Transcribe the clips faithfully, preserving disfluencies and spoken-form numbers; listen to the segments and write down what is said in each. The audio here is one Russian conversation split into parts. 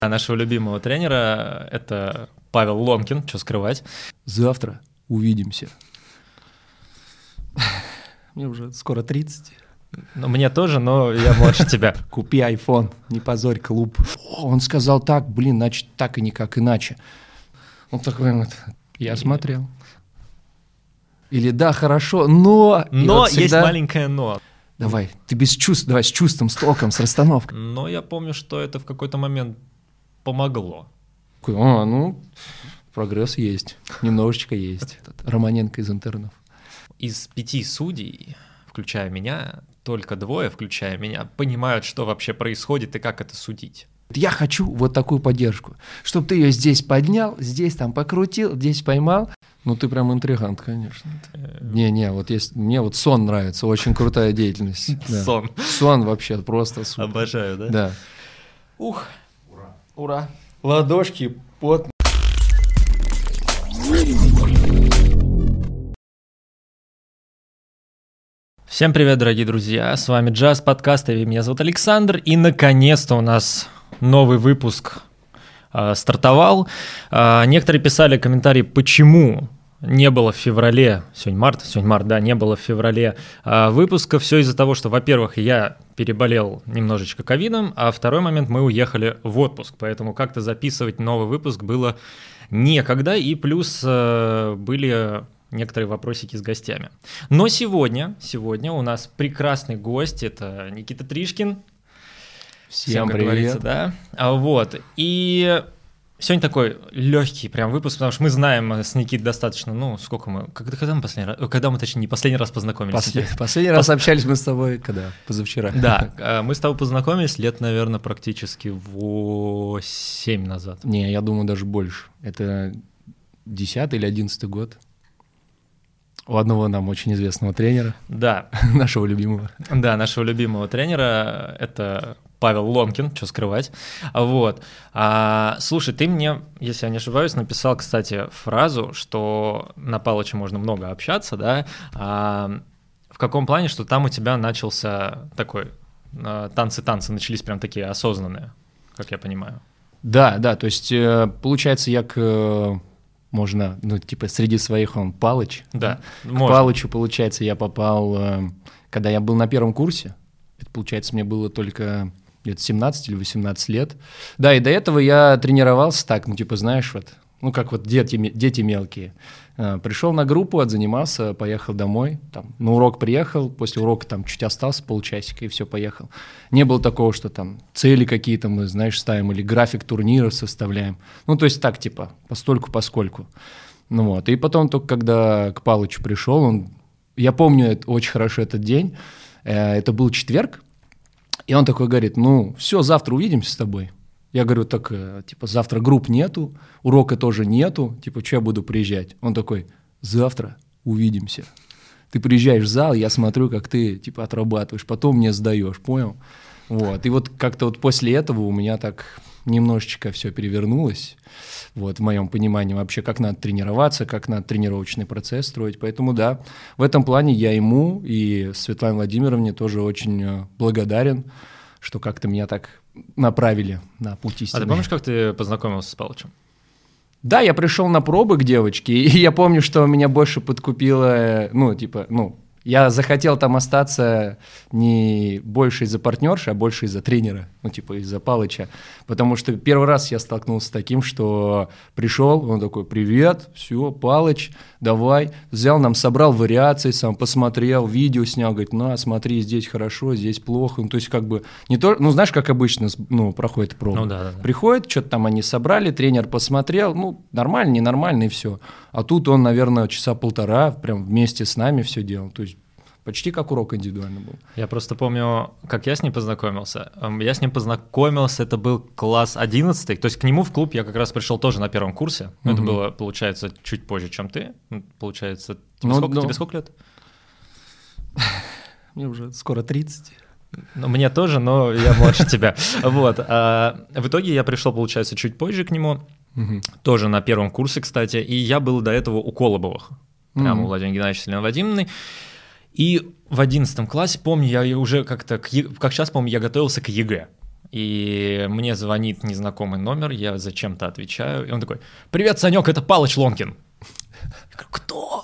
Нашего любимого тренера — это Павел Ломкин, что скрывать. Завтра увидимся. Мне уже скоро тридцать. Ну, мне тоже, но я младше тебя. Купи айфон, не позорь клуб. О, он сказал так, блин, значит так и никак иначе. Он такой вот, я смотрел. Или да, хорошо, но... Но вот всегда... есть маленькое но. Давай, ты без чувств, давай с чувством, с толком, с расстановкой. Но я помню, что это в какой-то момент помогло. А, ну, прогресс есть, немножечко есть. Романенко из интернов. Из пяти судей, включая меня, только двое, включая меня, понимают, что вообще происходит и как это судить. Я хочу вот такую поддержку, чтобы ты ее здесь поднял, здесь там покрутил, здесь поймал. Ну, ты прям интригант, конечно. Не-не, вот есть, мне вот сон нравится, очень крутая деятельность. Да. Сон. Сон вообще просто супер. Обожаю, да? Да. Ух, Ура. ура. Ладошки под... Всем привет, дорогие друзья, с вами Джаз Подкаст, и меня зовут Александр, и наконец-то у нас новый выпуск э, стартовал. Э, некоторые писали комментарии, почему не было в феврале, сегодня март, сегодня март, да, не было в феврале э, выпуска. Все из-за того, что, во-первых, я переболел немножечко ковидом, а второй момент, мы уехали в отпуск, поэтому как-то записывать новый выпуск было некогда, и плюс э, были... некоторые вопросики с гостями. Но сегодня, сегодня у нас прекрасный гость, это Никита Тришкин. Всем, Всем как привет. Говорится, да? А вот, и сегодня такой легкий прям выпуск, потому что мы знаем с Никитой достаточно, ну, сколько мы, когда, когда мы последний раз, когда мы, точнее, не последний раз познакомились? Послед, последний раз общались мы с тобой, когда? Позавчера. Да, мы с тобой познакомились лет, наверное, практически восемь назад. Не, я думаю, даже больше. Это десятый или одиннадцатый год. У одного нам очень известного тренера. Да. Нашего любимого. Да, нашего любимого тренера, это Павел Ломкин, что скрывать. Вот. А, слушай, ты мне, если я не ошибаюсь, написал, кстати, фразу, что на Палыча можно много общаться, да? А, в каком плане, что там у тебя начался такой, танцы-танцы начались прям такие осознанные, как я понимаю. Да, да, то есть, получается, я к... Можно, ну, типа, среди своих он Палыч. Да, К можно. Палычу, получается, я попал, когда я был на первом курсе. Это, получается, мне было только где-то семнадцать или восемнадцать лет. Да, и до этого я тренировался так, ну, типа, знаешь, вот, ну, как вот дети, дети мелкие. Пришел на группу, отзанимался, поехал домой. Там, на урок приехал, после урока там чуть остался полчасика, и все, поехал. Не было такого, что там цели какие-то мы, знаешь, ставим, или график турнира составляем. Ну, то есть так, типа, постольку-поскольку. Ну вот, и потом только когда к Палычу пришел, он... Я помню это, очень хорошо этот день. Это был четверг, и он такой говорит, ну, все, завтра увидимся с тобой. Я говорю, так, типа, завтра групп нету, урока тоже нету, типа, что я буду приезжать? Он такой, завтра увидимся. Ты приезжаешь в зал, я смотрю, как ты, типа, отрабатываешь, потом мне сдаешь, понял? Вот, и вот как-то вот после этого у меня так немножечко все перевернулось, вот, в моем понимании вообще, как надо тренироваться, как надо тренировочный процесс строить, поэтому, да, в этом плане я ему и Светлане Владимировне тоже очень благодарен, что как-то меня так направили на путь истины. А ты помнишь, как ты познакомился с Палычем? Да, я пришел на пробы к девочке, и я помню, что меня больше подкупило, ну, типа, ну, я захотел там остаться не больше из-за партнерши, а больше из-за тренера, ну, типа, из-за Палыча, потому что первый раз я столкнулся с таким, что пришел, он такой, привет, все, Палыч, давай, взял нам, собрал вариации, сам посмотрел, видео снял, говорит, на, смотри, здесь хорошо, здесь плохо, ну, то есть, как бы, не то, ну, знаешь, как обычно, ну, проходит проба, ну, да, да, да. Приходит, что-то там они собрали, тренер посмотрел, ну, нормально, ненормально, и все, а тут он, наверное, часа полтора прям вместе с нами все делал, то есть, почти как урок индивидуально был. Я просто помню, как я с ним познакомился. Я с ним познакомился, это был класс одиннадцатый, то есть к нему в клуб я как раз пришел тоже на первом курсе. Угу. Это было, получается, чуть позже, чем ты. Получается, тебе, ну, сколько, ну... тебе сколько лет? Мне уже скоро тридцать. Ну, мне тоже, но я младше тебя. Вот. В итоге я пришел, получается, чуть позже к нему, тоже на первом курсе, кстати, и я был до этого у Колобовых, прямо у Владимира Геннадьевича с Еленой Вадимовной. И в одиннадцатом классе, помню, я уже как-то, как сейчас помню, я готовился к ЕГЭ. и мне звонит незнакомый номер, я зачем-то отвечаю, и он такой: «Привет, Санек, это Палыч Лонкин». Я говорю: «Кто?»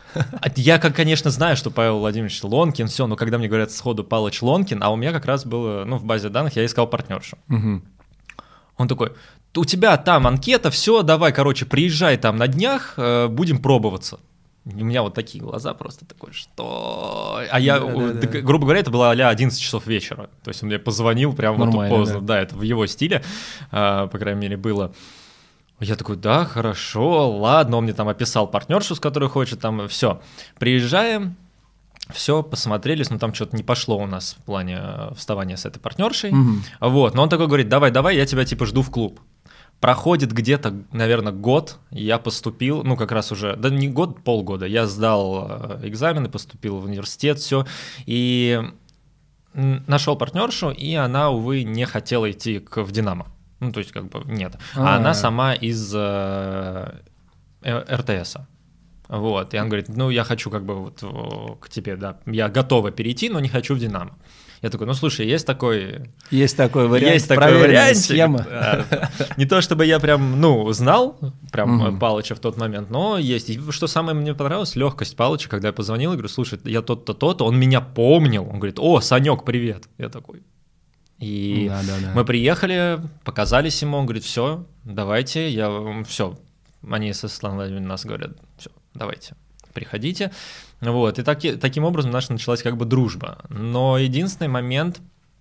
Я, как, конечно, знаю, что Павел Владимирович Лонкин, все, но когда мне говорят сходу Палыч Лонкин, а у меня как раз было, ну, в базе данных я искал партнершу. Угу. Он такой: «У тебя там анкета, все, давай, короче, приезжай там на днях, э, будем пробоваться». У меня вот такие глаза просто такой, что... А я, да, да, так, да. грубо говоря, это было а-ля одиннадцать часов вечера. То есть он мне позвонил прям вот поздно. Да. да, это в его стиле, а, по крайней мере, было. Я такой: да, хорошо, ладно. Он мне там описал партнершу, с которой хочет, там все. Приезжаем, все, посмотрелись, но там что-то не пошло у нас в плане вставания с этой партнершей. Угу. Вот, но он такой говорит: давай, давай, я тебя типа жду в клуб. Проходит где-то, наверное, год, я поступил, ну, как раз уже, да не год, полгода, я сдал экзамены, поступил в университет, все, и нашел партнершу, и она, увы, не хотела идти к, в «Динамо». Ну, то есть, как бы, нет. А, а она сама из э, эр тэ эса. Вот, и он говорит: ну, я хочу как бы вот к тебе, да, я готова перейти, но не хочу в «Динамо». Я такой: ну, слушай, есть такой... Есть такой вариант, есть такой вариант, схема. Не то чтобы я прям, ну, знал прям угу. Палыча в тот момент, но есть. И что самое мне понравилось, легкость Палыча, когда я позвонил и говорю: слушай, я тот-то, тот-то, он меня помнил. Он говорит: о, Санек, привет. Я такой... И да, да, да. мы приехали, показались ему, он говорит: все, давайте, я... Все, они со Светланой Владимировной нас говорят: все, давайте, приходите. Вот, и таки, таким образом наша началась как бы дружба. Но единственный момент,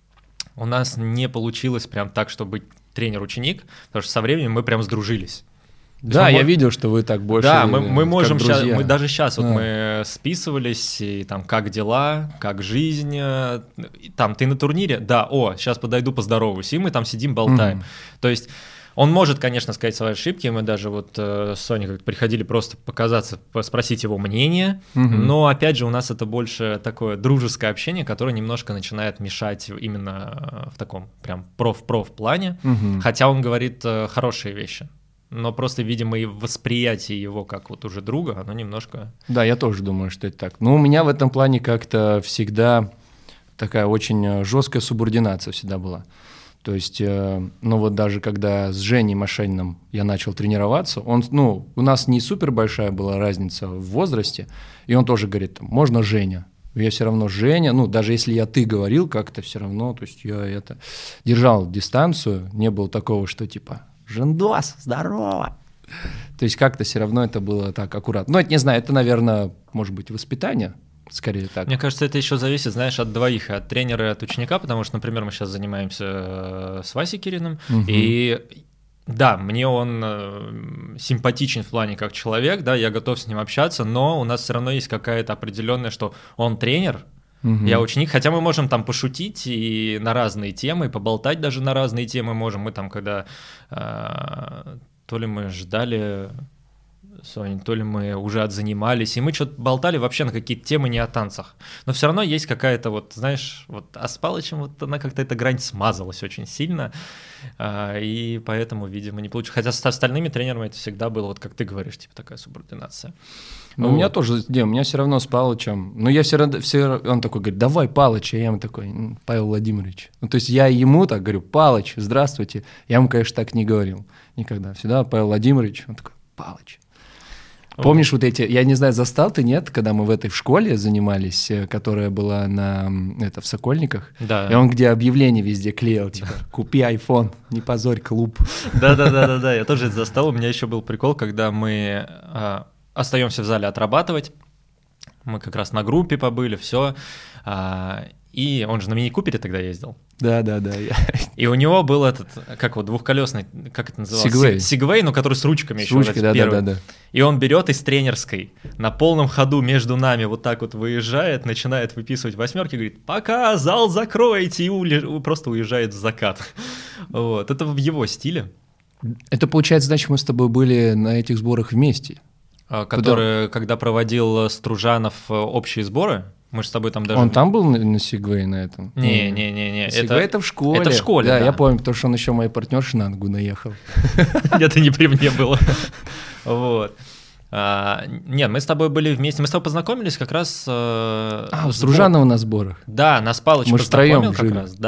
у нас не получилось прям так, чтобы быть тренер-ученик, потому что со временем мы прям сдружились. Да, я мы... видел, что вы так больше. Да, мы, мы можем сейчас, мы даже сейчас а. вот мы списывались, и там как дела, как жизнь, там ты на турнире, да, о, сейчас подойду поздороваюсь, и мы там сидим, болтаем. Mm-hmm. То есть он может, конечно, сказать свои ошибки, мы даже вот э, с Соней как-то приходили просто показаться, спросить его мнение, mm-hmm. но опять же у нас это больше такое дружеское общение, которое немножко начинает мешать именно в таком прям проф-проф плане, mm-hmm. хотя он говорит э, хорошие вещи. Но просто, видимо, и восприятие его как вот уже друга, оно немножко... Да, я тоже думаю, что это так. Но у меня в этом плане как-то всегда такая очень жесткая субординация всегда была. То есть, ну вот даже когда с Женей Машениным я начал тренироваться, он, ну, у нас не супер большая была разница в возрасте, и он тоже говорит: можно Женя. Я все равно Женя, ну, даже если я ты говорил, как-то все равно, то есть я это держал дистанцию, не было такого, что типа... Жендос, здорово. То есть как-то все равно это было так аккуратно. Ну, это не знаю, это, наверное, может быть, воспитание, скорее так. Мне кажется, это еще зависит, знаешь, от двоих, от тренера и от ученика, потому что, например, мы сейчас занимаемся с Васей Кириным, угу. и да, мне он симпатичен в плане как человек, да, я готов с ним общаться, но у нас все равно есть какая-то определенная, что он тренер, Uh-huh. я ученик, хотя мы можем там пошутить и на разные темы, и поболтать даже на разные темы можем. Мы там, когда э, то ли мы ждали Соню, то ли мы уже отзанимались, и мы что-то болтали вообще на какие-то темы не о танцах. Но все равно есть какая-то вот, знаешь, вот, а с Палычем вот она как-то эта грань смазалась очень сильно, э, и поэтому, видимо, не получилось. Хотя с остальными тренерами это всегда было, вот как ты говоришь, типа такая субординация. Ну, вот. У меня тоже, не, у меня все равно с Палычем, ну, я все равно, все, он такой говорит: давай, Палыч, а я ему такой: Павел Владимирович. Ну, то есть я ему так говорю: Палыч, здравствуйте. Я ему, конечно, так не говорил никогда. Всегда Павел Владимирович, он такой: Палыч. Помнишь вот эти, я не знаю, застал ты, нет, когда мы в этой в школе занимались, которая была на, это, в Сокольниках, да. И он где объявление везде клеил, типа: купи айфон, не позорь клуб. Да-да-да-да, я тоже это застал, у меня еще был прикол, когда мы а, остаемся в зале отрабатывать, мы как раз на группе побыли, все, а, и он же на мини-купере тогда ездил. Да-да-да. И у него был этот, как вот, двухколесный, как это называлось? Сигвей. Сигвей, но который с ручками с еще. Ручкой, да, да, да, да. И он берет из тренерской, на полном ходу между нами вот так вот выезжает, начинает выписывать восьмерки, говорит: пока, зал закройте, и ули... просто уезжает в закат. Вот, это в его стиле. Это получается, значит, мы с тобой были на этих сборах вместе. Которые, когда проводил Стружанов общие сборы. Мы же с тобой там даже... Он там был на Сигвей на этом? Не-не-не. Сигвей это в школе. Это в школе, да. да. Я помню, потому что он еще моей партнерши на ногу наехал. Это не при мне было. Вот. Нет, мы с тобой были вместе, мы с тобой познакомились как раз... А, у Стружанова на сборах. Да, нас Палыч познакомил как раз, да.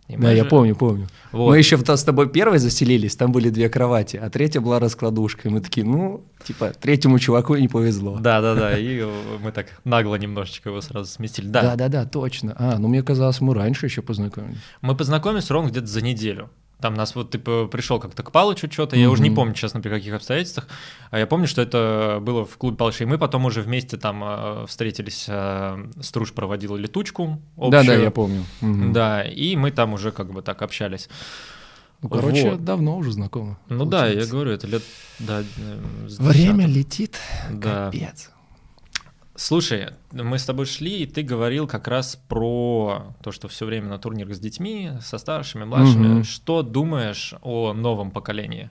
И Да, мы я же- помню, помню. Вот. Мы еще в- с тобой первой заселились, там были две кровати, а третья была раскладушка. И мы такие, ну, типа, третьему чуваку не повезло. Да-да-да, и мы так нагло немножечко его сразу сместили. Да, Да-да-да, точно. А, ну мне казалось, мы раньше еще познакомились. мы познакомились ровно где-то за неделю. Там нас вот, типа, пришел как-то к Палычу что-то, я уже не Мгм. помню, честно, при каких обстоятельствах. А я помню, что это было в клубе Палыча, и мы потом уже вместе там э, встретились, э, Струж проводил летучку общую. Да-да, я помню. Мгм. Да, и мы там уже как бы так общались. Ну, короче, Вот. давно уже знакомы. Ну да, я получается. говорю, это лет... Да, э, с Время десяток. летит, Да. капец. Слушай, мы с тобой шли, и ты говорил как раз про то, что все время на турнирах с детьми, со старшими, младшими. Мгм. Что думаешь о новом поколении?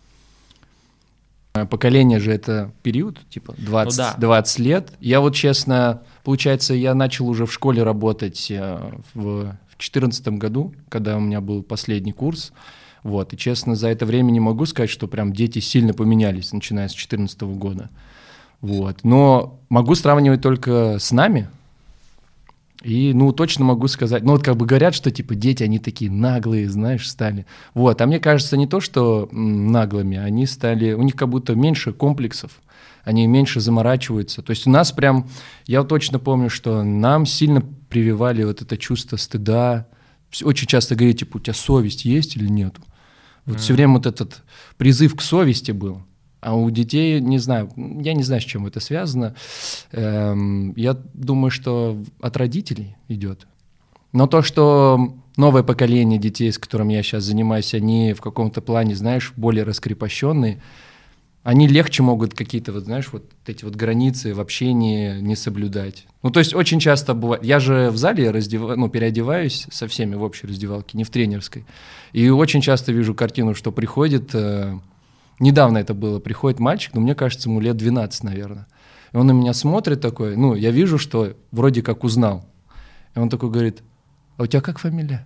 А Поколение же это период, типа двадцать, да. двадцать лет. Я вот честно, получается, я начал уже в школе работать э, в четырнадцатом году, когда у меня был последний курс. Вот, и честно, за это время не могу сказать, что прям дети сильно поменялись, начиная с четырнадцатого года. Вот, но могу сравнивать только с нами. И, ну, точно могу сказать, ну, вот как бы говорят, что, типа, дети, они такие наглые, знаешь, стали. Вот, а мне кажется, не то, что м, наглыми, они стали, у них как будто меньше комплексов, они меньше заморачиваются. То есть у нас прям, я вот точно помню, что нам сильно прививали вот это чувство стыда. Вс- Очень часто говорят, типа, у тебя совесть есть или нету? Вот Мгм. все время вот этот призыв к совести был. А у детей, не знаю, я не знаю, с чем это связано. Эм, я думаю, что от родителей идет. Но то, что новое поколение детей, с которым я сейчас занимаюсь, они в каком-то плане, знаешь, более раскрепощенные, они легче могут какие-то, вот знаешь, вот эти вот границы в общении не соблюдать. Ну, то есть очень часто бывает... Я же в зале раздев... ну, переодеваюсь со всеми в общей раздевалке, не в тренерской. И очень часто вижу картину, что приходит... э, Недавно это было. Приходит мальчик, ну, мне кажется, ему лет двенадцать, наверное. И он на меня смотрит такой, ну, я вижу, что вроде как узнал. И он такой говорит, а у тебя как фамилия?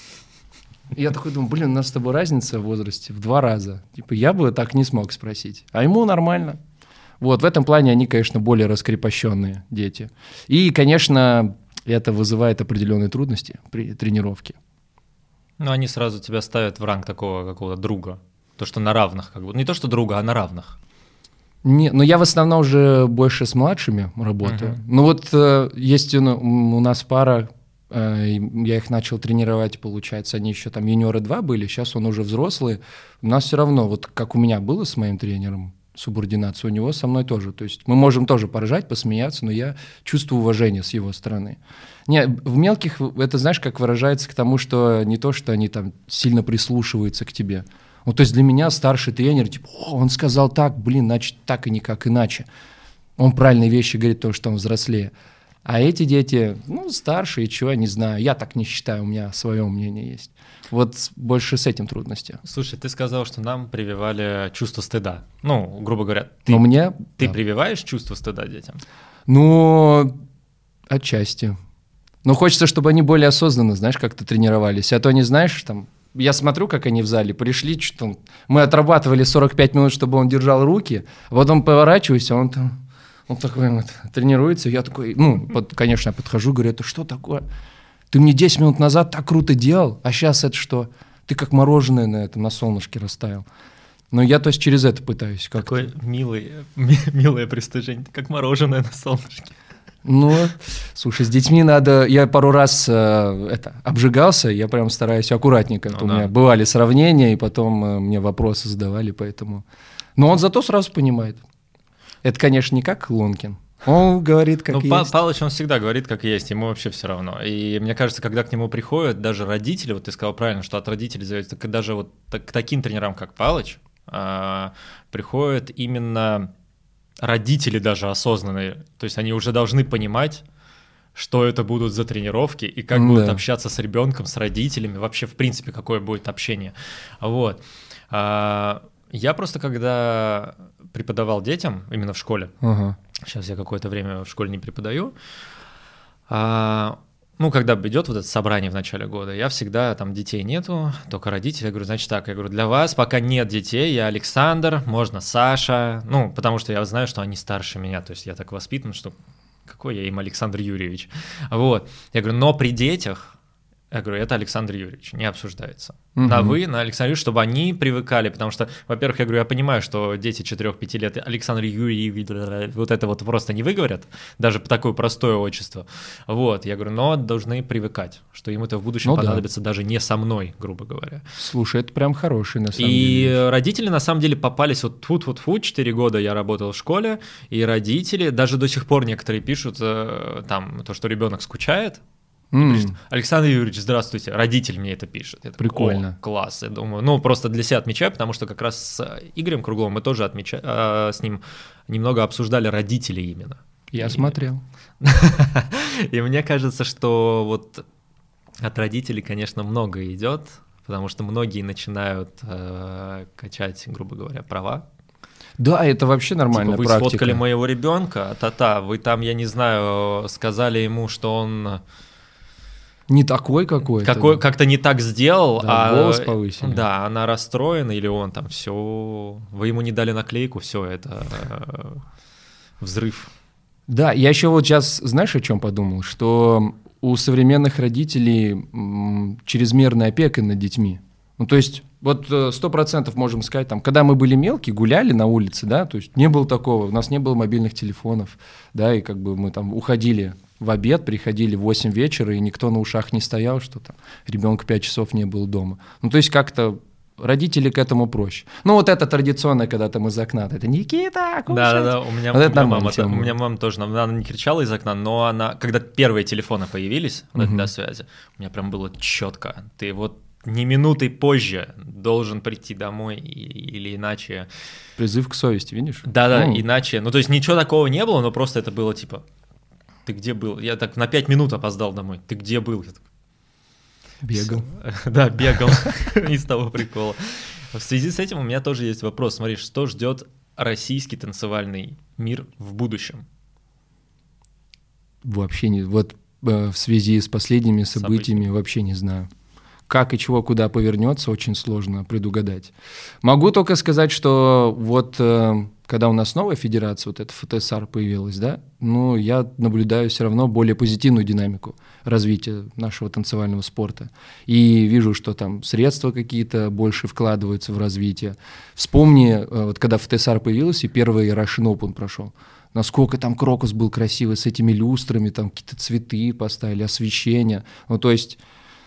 И я такой думаю, блин, у нас с тобой разница в возрасте в два раза. Типа, я бы так не смог спросить. А ему нормально. Вот, в этом плане они, конечно, более раскрепощенные дети. И, конечно, это вызывает определенные трудности при тренировке. Ну, они сразу тебя ставят в ранг такого какого-то друга. То, что на равных, как бы. Не то, что друга, а на равных. Не, но я в основном уже больше с младшими работаю. Мгм. Ну вот э, есть у, на- у нас пара, э, и я их начал тренировать, получается, они еще там юниоры два были, сейчас он уже взрослый. У нас все равно, вот как у меня было с моим тренером, субординация, у него со мной тоже. То есть мы можем тоже поржать, посмеяться, но я чувствую уважение с его стороны. Не, в мелких это, знаешь, как выражается к тому, что не то, что они там сильно прислушиваются к тебе. Ну, то есть для меня старший тренер, типа, о, он сказал так, блин, значит, так и никак иначе. Он правильные вещи говорит, потому что он взрослее. А эти дети, ну, старшие, чего, я не знаю. Я так не считаю, у меня свое мнение есть. Вот с- больше с этим трудности. Слушай, ты сказал, что нам прививали чувство стыда. Ну, грубо говоря, ты, Но мне... ты да. прививаешь чувство стыда детям? Ну, отчасти. Но хочется, чтобы они более осознанно, знаешь, как-то тренировались. А то не знаешь, там... Я смотрю, как они в зале пришли, что там... Мы отрабатывали сорок пять минут, чтобы он держал руки, а потом поворачиваюсь, а он там... Он такой вот тренируется, я такой... Ну, под, конечно, я подхожу, говорю, это что такое? Ты мне десять минут назад так круто делал, а сейчас это что? Ты как мороженое на этом, на солнышке растаял. Но я, то есть, через это пытаюсь как-то... Какое милый, ми- милое пристыжение, как мороженое на солнышке. Ну, слушай, с детьми надо... Я пару раз э, это, обжигался, я прям стараюсь аккуратненько. Ну Это у да. меня бывали сравнения, и потом э, мне вопросы задавали, поэтому... Но он зато сразу понимает. Это, конечно, не как Лункин. Он говорит, как Ну, есть. Па- Палыч, он всегда говорит, как есть, ему вообще все равно. И мне кажется, когда к нему приходят даже родители, вот ты сказал правильно, что от родителей зависит, так и даже вот так- к таким тренерам, как Палыч, а, приходят именно родители даже осознанные. То есть они уже должны понимать, что это будут за тренировки и как Да. будут общаться с ребенком, с родителями, вообще в принципе какое будет общение. Вот. А, Я просто когда преподавал детям именно в школе, Ага. сейчас я какое-то время в школе не преподаю, а, ну, когда идет вот это собрание в начале года, я всегда, там детей нету, только родители, я говорю, значит так, я говорю, для вас пока нет детей, я Александр, можно Саша, ну, потому что я знаю, что они старше меня, то есть я так воспитан, что какой я им Александр Юрьевич, вот, я говорю, но при детях Я говорю, это Александр Юрьевич, не обсуждается. Угу. На вы, на Александр Юрьевич, чтобы они привыкали, потому что, во-первых, я говорю, я понимаю, что дети четыре-пять лет Александр Юрьевич, вот это вот просто не выговорят, даже по такое простое отчество. Вот, я говорю, но должны привыкать, что им это в будущем ну, понадобится да. даже не со мной, грубо говоря. Слушай, это прям хороший, на самом и деле. И родители, на самом деле, попались, вот тьфу-тьфу-тьфу, четыре года я работал в школе, и родители, даже до сих пор некоторые пишут, там, то, что ребенок скучает. Mm. Пишет, Александр Юрьевич, здравствуйте. Родитель мне это пишет. Я Прикольно. Такой, класс. Я думаю, ну просто для себя отмечаю, потому что как раз с Игорем Кругловым мы тоже отмечали, э, с ним немного обсуждали родителей именно. Я и... смотрел. И мне кажется, что вот от родителей, конечно, много идет, потому что многие начинают э, качать, грубо говоря, права. Да, это вообще нормальная типа, вы практика. Вы сфоткали моего ребенка, та-та, вы там, я не знаю, сказали ему, что он... Не такой какой-то. Какой, как-то не так сделал, да, а голос повысили. Да, она расстроена, или он там все, вы ему не дали наклейку, все это э, взрыв. Да, я еще вот сейчас, знаешь, о чем подумал, что у современных родителей м, чрезмерная опека над детьми. Ну, то есть, вот сто процентов можем сказать, там, когда мы были мелкие, гуляли на улице, да, то есть не было такого, у нас не было мобильных телефонов, да, и как бы мы там уходили в обед, приходили в восемь вечера, и никто на ушах не стоял, что там ребенка пять часов не было дома. Ну, то есть как-то родители к этому проще. Ну, вот это традиционное, когда там из окна, это «Никита, кушать!» Да-да-да, у меня, вот у, это меня мама, тема. у меня мама тоже, она не кричала из окна, но она, когда первые телефоны появились, вот uh-huh. для связи, у меня прям было четко, ты вот ни минуты позже должен прийти домой, или иначе... Призыв к совести, видишь? Да-да, ну. иначе, ну, то есть ничего такого не было, но просто это было типа... Ты где был? Я так на пять минут опоздал домой. Ты где был? Я так... Бегал. Да, бегал. Из того прикола. В связи с этим у меня тоже есть вопрос. Смотри, что ждет российский танцевальный мир в будущем? Вообще не... Вот э, в связи с последними событиями События. вообще не знаю. Как и чего, куда повернется, очень сложно предугадать. Могу только сказать, что вот э, когда у нас новая федерация, вот эта эф тэ эс ар появилась, да, ну, я наблюдаю все равно более позитивную динамику развития нашего танцевального спорта. И вижу, что там средства какие-то больше вкладываются в развитие. Вспомни, э, вот когда эф тэ эс ар появилась, и первый Russian Open прошел, насколько там крокус был красивый с этими люстрами, там какие-то цветы поставили, освещение. Ну, то есть...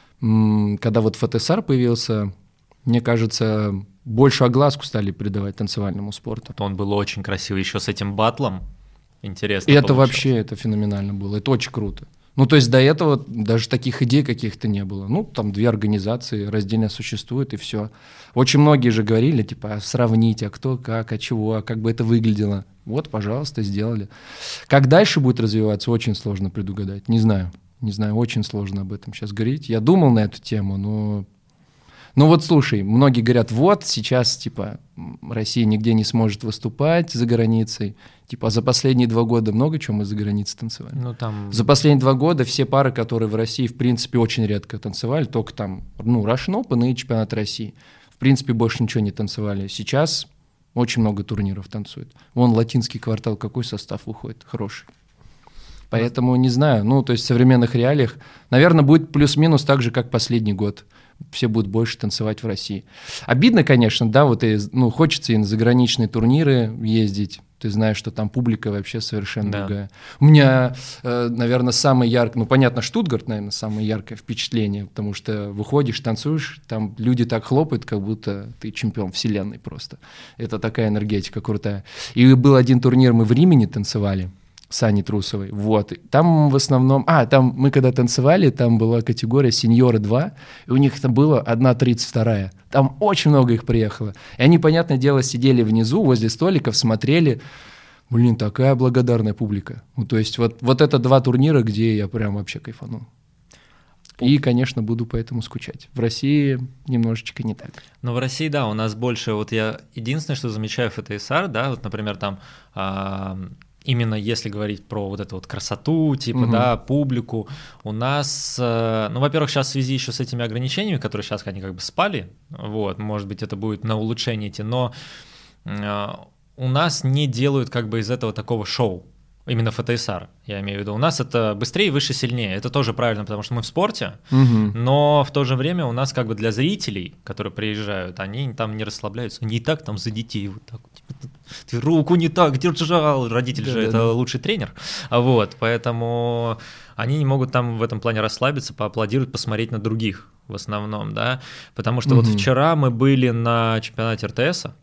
Когда вот эф тэ эс ар появился, мне кажется, больше огласку стали придавать танцевальному спорту. Он был очень красивый, еще с этим батлом. Интересно. И это вообще, это феноменально было, это очень круто. Ну, то есть до этого даже таких идей каких-то не было. Ну, там две организации раздельно существуют, и все. Очень многие же говорили, типа, сравните, а кто, как, а чего, а как бы это выглядело. Вот, пожалуйста, сделали. Как дальше будет развиваться, очень сложно предугадать, не знаю. Не знаю, очень сложно об этом сейчас говорить. Я думал на эту тему, но... Ну вот слушай, многие говорят, вот сейчас, типа, Россия нигде не сможет выступать за границей. Типа, а за последние два года много чего мы за границей танцевали? Ну, там... За последние два года все пары, которые в России, в принципе, очень редко танцевали, только там, ну, Russian Open и чемпионат России. В принципе, больше ничего не танцевали. Сейчас очень много турниров танцуют. Вон латинский квартал, какой состав выходит? Хороший. Поэтому не знаю, ну, то есть в современных реалиях, наверное, будет плюс-минус так же, как последний год. Все будут больше танцевать в России. Обидно, конечно, да, вот и, ну, хочется и на заграничные турниры ездить. Ты знаешь, что там публика вообще совершенно да. другая. У меня, э, наверное, самое яркое, ну, понятно, Штутгарт, наверное, самое яркое впечатление, потому что выходишь, танцуешь, там люди так хлопают, как будто ты чемпион вселенной просто. Это такая энергетика крутая. И был один турнир, мы в Римени танцевали, с Аней Трусовой, вот, там в основном, а, там мы когда танцевали, там была категория сеньоры два, и у них там было одна тридцать вторая, там очень много их приехало, и они, понятное дело, сидели внизу, возле столиков, смотрели, блин, такая благодарная публика, ну, то есть вот, вот это два турнира, где я прям вообще кайфанул. И, конечно, буду поэтому скучать. В России немножечко не так. Ну, в России, да, у нас больше, вот я, единственное, что замечаю в эф тэ эс ар, да, вот, например, там... А- Именно если говорить про вот эту вот красоту, типа, угу. да, публику, у нас, ну, во-первых, сейчас в связи еще с этими ограничениями, которые сейчас они как бы спали, вот, может быть, это будет на улучшение идти, но у нас не делают как бы из этого такого шоу. Именно эф тэ эс ар, я имею в виду. У нас это быстрее, выше, сильнее. Это тоже правильно, потому что мы в спорте, Угу. но в то же время у нас как бы для зрителей, которые приезжают, они там не расслабляются. Не так там за детей вот так. Типа, ты руку не так держал. Родитель Да, же да, это да. лучший тренер. Вот, поэтому они не могут там в этом плане расслабиться, поаплодировать, посмотреть на других в основном, да. Потому что Угу. вот вчера мы были на чемпионате эр тэ эса,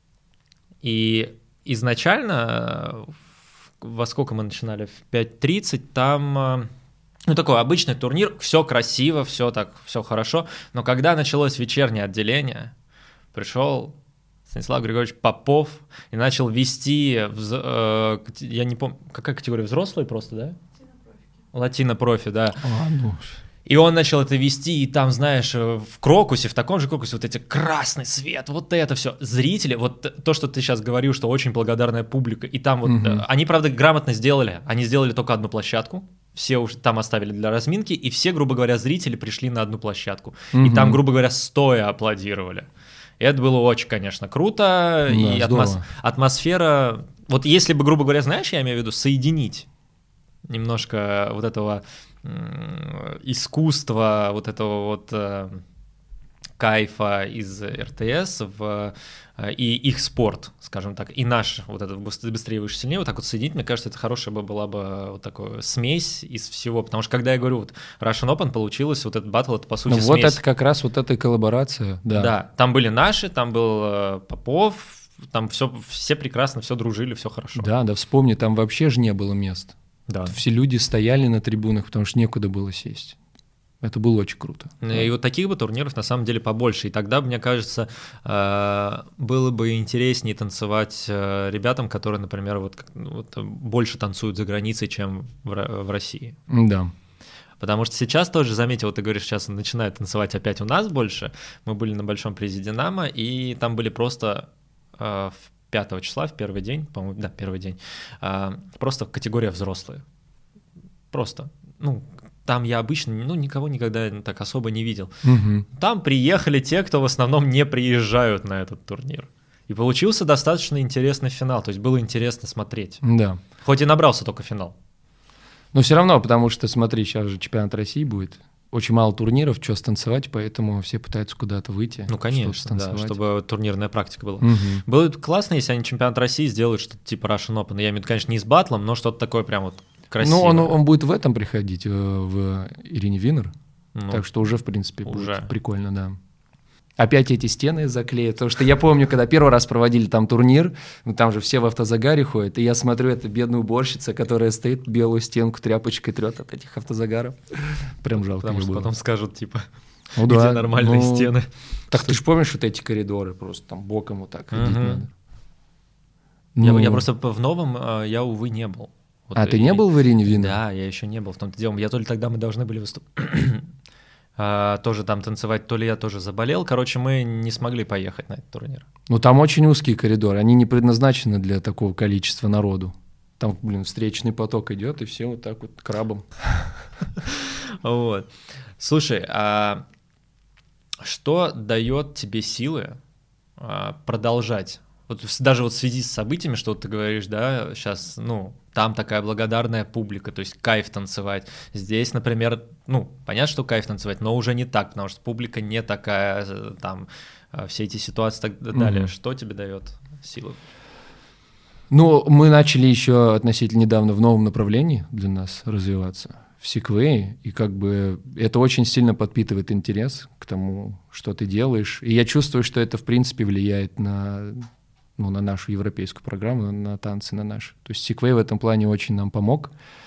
и изначально... Во сколько мы начинали? В пять тридцать, там, ну, такой обычный турнир, все красиво, все так, все хорошо, но когда началось вечернее отделение, пришел Станислав Григорьевич Попов и начал вести, э, я не помню, какая категория, взрослые просто, да? Латино-профи, да. А, ну... И он начал это вести, и там, знаешь, в Крокусе, в таком же Крокусе, вот эти красный свет, вот это все. Зрители, вот то, что ты сейчас говорил, что очень благодарная публика, и там вот, Мгм. они, правда, грамотно сделали, они сделали только одну площадку, все уже там оставили для разминки, и все, грубо говоря, зрители пришли на одну площадку, и Мгм. там, грубо говоря, стоя аплодировали. И это было очень, конечно, круто, Да, и атмос- здорово. атмосфера, вот если бы, грубо говоря, знаешь, я имею в виду, соединить немножко вот этого м, искусства, вот этого вот э, кайфа из эр тэ эс в, э, и их спорт, скажем так, и наш вот этот быс- быстрее, выше, сильнее, вот так вот соединить, мне кажется, это хорошая бы была бы вот такая смесь из всего, потому что когда я говорю, вот Russian Open получилось, вот этот батл, это по сути Ну, вот смесь. это как раз вот эта коллаборация, да. Да, там были наши, там был э, Попов, там все, все прекрасно, все дружили, все хорошо. Да, да, вспомни, там вообще же не было мест. Да. Все люди стояли на трибунах, потому что некуда было сесть. Это было очень круто. И вот таких бы турниров на самом деле побольше. И тогда, мне кажется, э, было бы интереснее танцевать э, ребятам, которые, например, вот, как- ну, вот, э, больше танцуют за границей, чем в, Ро- в России. Да. Потому что сейчас тоже, заметил, вот ты говоришь, сейчас начинают танцевать опять у нас больше. Мы были на Большом призе Динамо, и там были просто э, в пятого числа, в первый день, по-моему, да, первый день, э, просто категория взрослые. Просто, ну, там я обычно, ну, никого никогда так особо не видел. Мгм. Там приехали те, кто в основном не приезжают на этот турнир. И получился достаточно интересный финал, то есть было интересно смотреть. Да. Хоть и набрался только финал. Но все равно, потому что, смотри, сейчас же чемпионат России будет. Очень мало турниров, что станцевать, поэтому все пытаются куда-то выйти. Ну, конечно, что-то да, станцевать. чтобы турнирная практика была. Мгм. Было бы классно, если они чемпионат России сделают что-то типа Russian Open. Я имею в виду, конечно, не с батлом, но что-то такое прям вот красивое. Ну, он, он будет в этом приходить, э, в Ирине Винер. Ну, Так что уже, в принципе, уже. будет прикольно, да. Опять эти стены заклеят, потому что я помню, когда первый раз проводили там турнир, ну, там же все в автозагаре ходят, и я смотрю, это бедная уборщица, которая стоит, белую стенку тряпочкой трет от этих автозагаров. Прям жалко потому мне что было. потом скажут, типа, Ну где да, нормальные ну, стены. Так ты же помнишь вот эти коридоры, просто там боком вот так ходить Мгм. надо. Я, Ну, я просто в новом, э, я, увы, не был. Вот А, ты и- не был в Ирине Винер? Да, я еще не был в том-то дело. Я то ли тогда мы должны были выступать, тоже там танцевать, то ли я тоже заболел. Короче, мы не смогли поехать на этот турнир. Ну, там очень узкие коридоры, они не предназначены для такого количества народу. Там, блин, встречный поток идет, и все вот так вот крабом. Вот. Слушай, а что дает тебе силы а, продолжать? Вот в- даже вот в связи с событиями, что вот ты говоришь, да, сейчас, ну, там такая благодарная публика, то есть кайф танцевать. Здесь, например, ну, понятно, что кайф танцевать, но уже не так, потому что публика не такая, э, там, э, все эти ситуации и так далее. Мгм. Что тебе дает силу? Ну, мы начали еще относительно недавно в новом направлении для нас развиваться, в Sequay, и как бы это очень сильно подпитывает интерес к тому, что ты делаешь. И я чувствую, что это, в принципе, влияет на, ну, на нашу европейскую программу, на танцы, на наши. То есть Sequay в этом плане очень нам помог.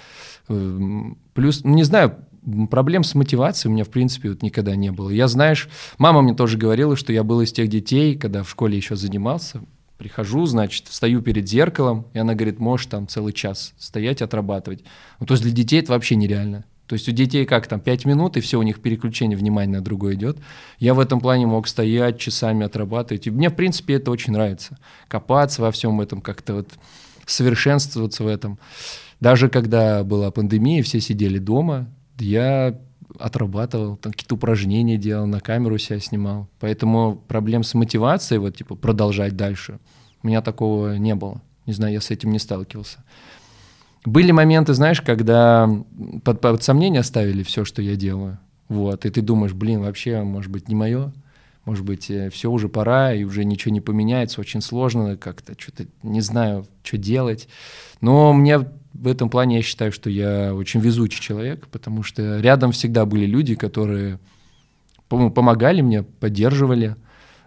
Эм, Плюс, ну, не знаю, м, проблем с мотивацией у меня, в принципе, вот никогда не было. Я, знаешь, мама мне тоже говорила, что я был из тех детей, когда в школе еще занимался, прихожу, значит, стою перед зеркалом, и она говорит, можешь там целый час стоять, отрабатывать. Ну, то есть для детей это вообще нереально. То есть у детей как там, пять минут, и все, у них переключение внимания на другое идет. Я в этом плане мог стоять, часами отрабатывать. И мне, в принципе, это очень нравится. Копаться во всем этом, как-то вот совершенствоваться в этом. Даже когда была пандемия, все сидели дома, я отрабатывал, там какие-то упражнения делал, на камеру себя снимал. Поэтому проблем с мотивацией, вот типа продолжать дальше, у меня такого не было. Не знаю, я с этим не сталкивался. Были моменты, знаешь, когда под, под сомнение ставили все, что я делаю. Вот, и ты думаешь, блин, вообще, может быть, не мое, может быть, все уже пора, и уже ничего не поменяется, очень сложно как-то, что-то не знаю, что делать. Но мне в этом плане я считаю, что я очень везучий человек, потому что рядом всегда были люди, которые помогали мне, поддерживали.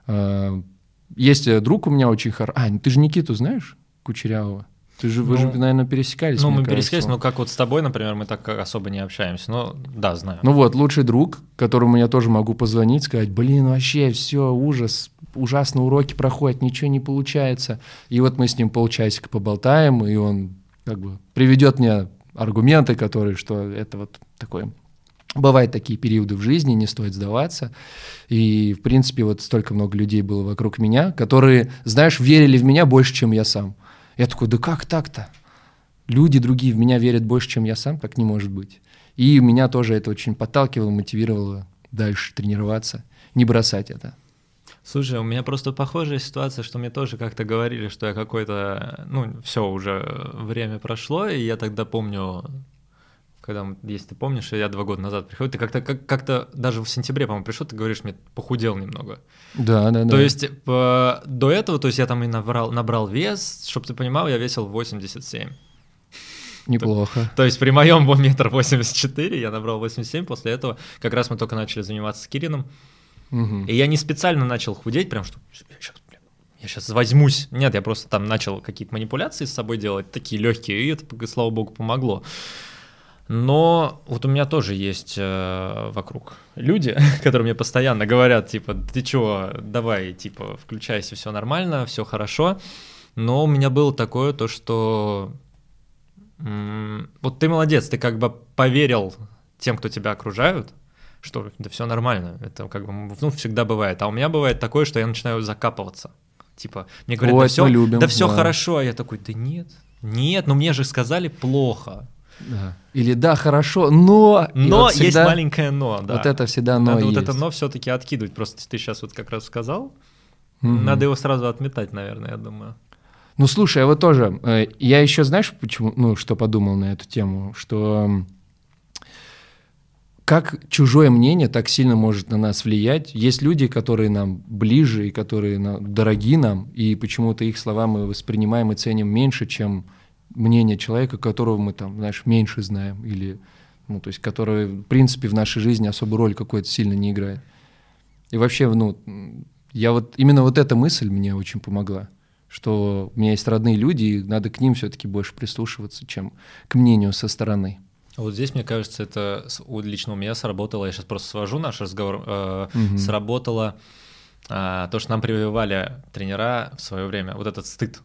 Есть друг у меня очень хороший. А, ты же Никиту знаешь, Кучерявого? Ты же, ну, вы же, наверное, пересекались. Ну, мы кажется. пересекались, но как вот с тобой, например, мы так особо не общаемся. Но да, знаю. Ну вот, лучший друг, которому я тоже могу позвонить, сказать, блин, вообще все, ужас, ужасно уроки проходят, ничего не получается. И вот мы с ним полчасика поболтаем, и он как бы приведет мне аргументы, которые, что это вот такое... Бывают такие периоды в жизни, не стоит сдаваться. И, в принципе, вот столько много людей было вокруг меня, которые, знаешь, верили в меня больше, чем я сам. Я такой, да как так-то? Люди другие в меня верят больше, чем я сам, так не может быть. И меня тоже это очень подталкивало, мотивировало дальше тренироваться, не бросать это. Слушай, у меня просто похожая ситуация, что мне тоже как-то говорили, что я какой-то, ну, все, уже время прошло, и я тогда помню, когда, если ты помнишь, я два года назад приходил, ты как-то, как- как-то даже в сентябре, по-моему, пришел, ты говоришь, мне похудел немного. Да, да, да. То есть по, до этого, то есть я там и набрал, набрал вес, чтобы ты понимал, я весил восемьдесят семь. Неплохо. То, то есть при моем был метр восемьдесят четыре, я набрал восемьдесят семь, после этого как раз мы только начали заниматься с Кирином, угу. И я не специально начал худеть, прям что я сейчас, блин, я сейчас возьмусь. Нет, я просто там начал какие-то манипуляции с собой делать, такие легкие, и это, слава богу, помогло. Но вот у меня тоже есть э, вокруг люди, которые мне постоянно говорят, типа, ты чего, давай, типа, включайся, все нормально, все хорошо. Но у меня было такое, то, что м- вот ты молодец, ты как бы поверил тем, кто тебя окружают, что да все нормально, это как бы, ну, всегда бывает. А у меня бывает такое, что я начинаю закапываться. Типа, мне говорят, Ой, да все, любим, да все да. хорошо, а я такой, да нет, нет, но мне же сказали плохо. Да. Или да, хорошо, но... Но вот всегда... есть маленькое но, да. Вот это всегда но Надо есть. вот это но все-таки откидывать. Просто ты сейчас вот как раз сказал, угу. Надо его сразу отметать, наверное, я думаю. Ну, слушай, а вот тоже, э, я еще, знаешь, почему, ну, что подумал на эту тему, что как чужое мнение так сильно может на нас влиять. Есть люди, которые нам ближе и которые нам, дороги нам, и почему-то их слова мы воспринимаем и ценим меньше, чем мнение человека, которого мы там, знаешь, меньше знаем, или, ну, то есть, который, в принципе, в нашей жизни особую роль какой-то сильно не играет. И вообще, ну, я вот, именно вот эта мысль мне очень помогла, что у меня есть родные люди, и надо к ним все-таки больше прислушиваться, чем к мнению со стороны. Вот здесь, мне кажется, это лично у меня сработало, я сейчас просто свожу наш разговор, э, угу. сработало э, то, что нам прививали тренера в свое время, вот этот стыд.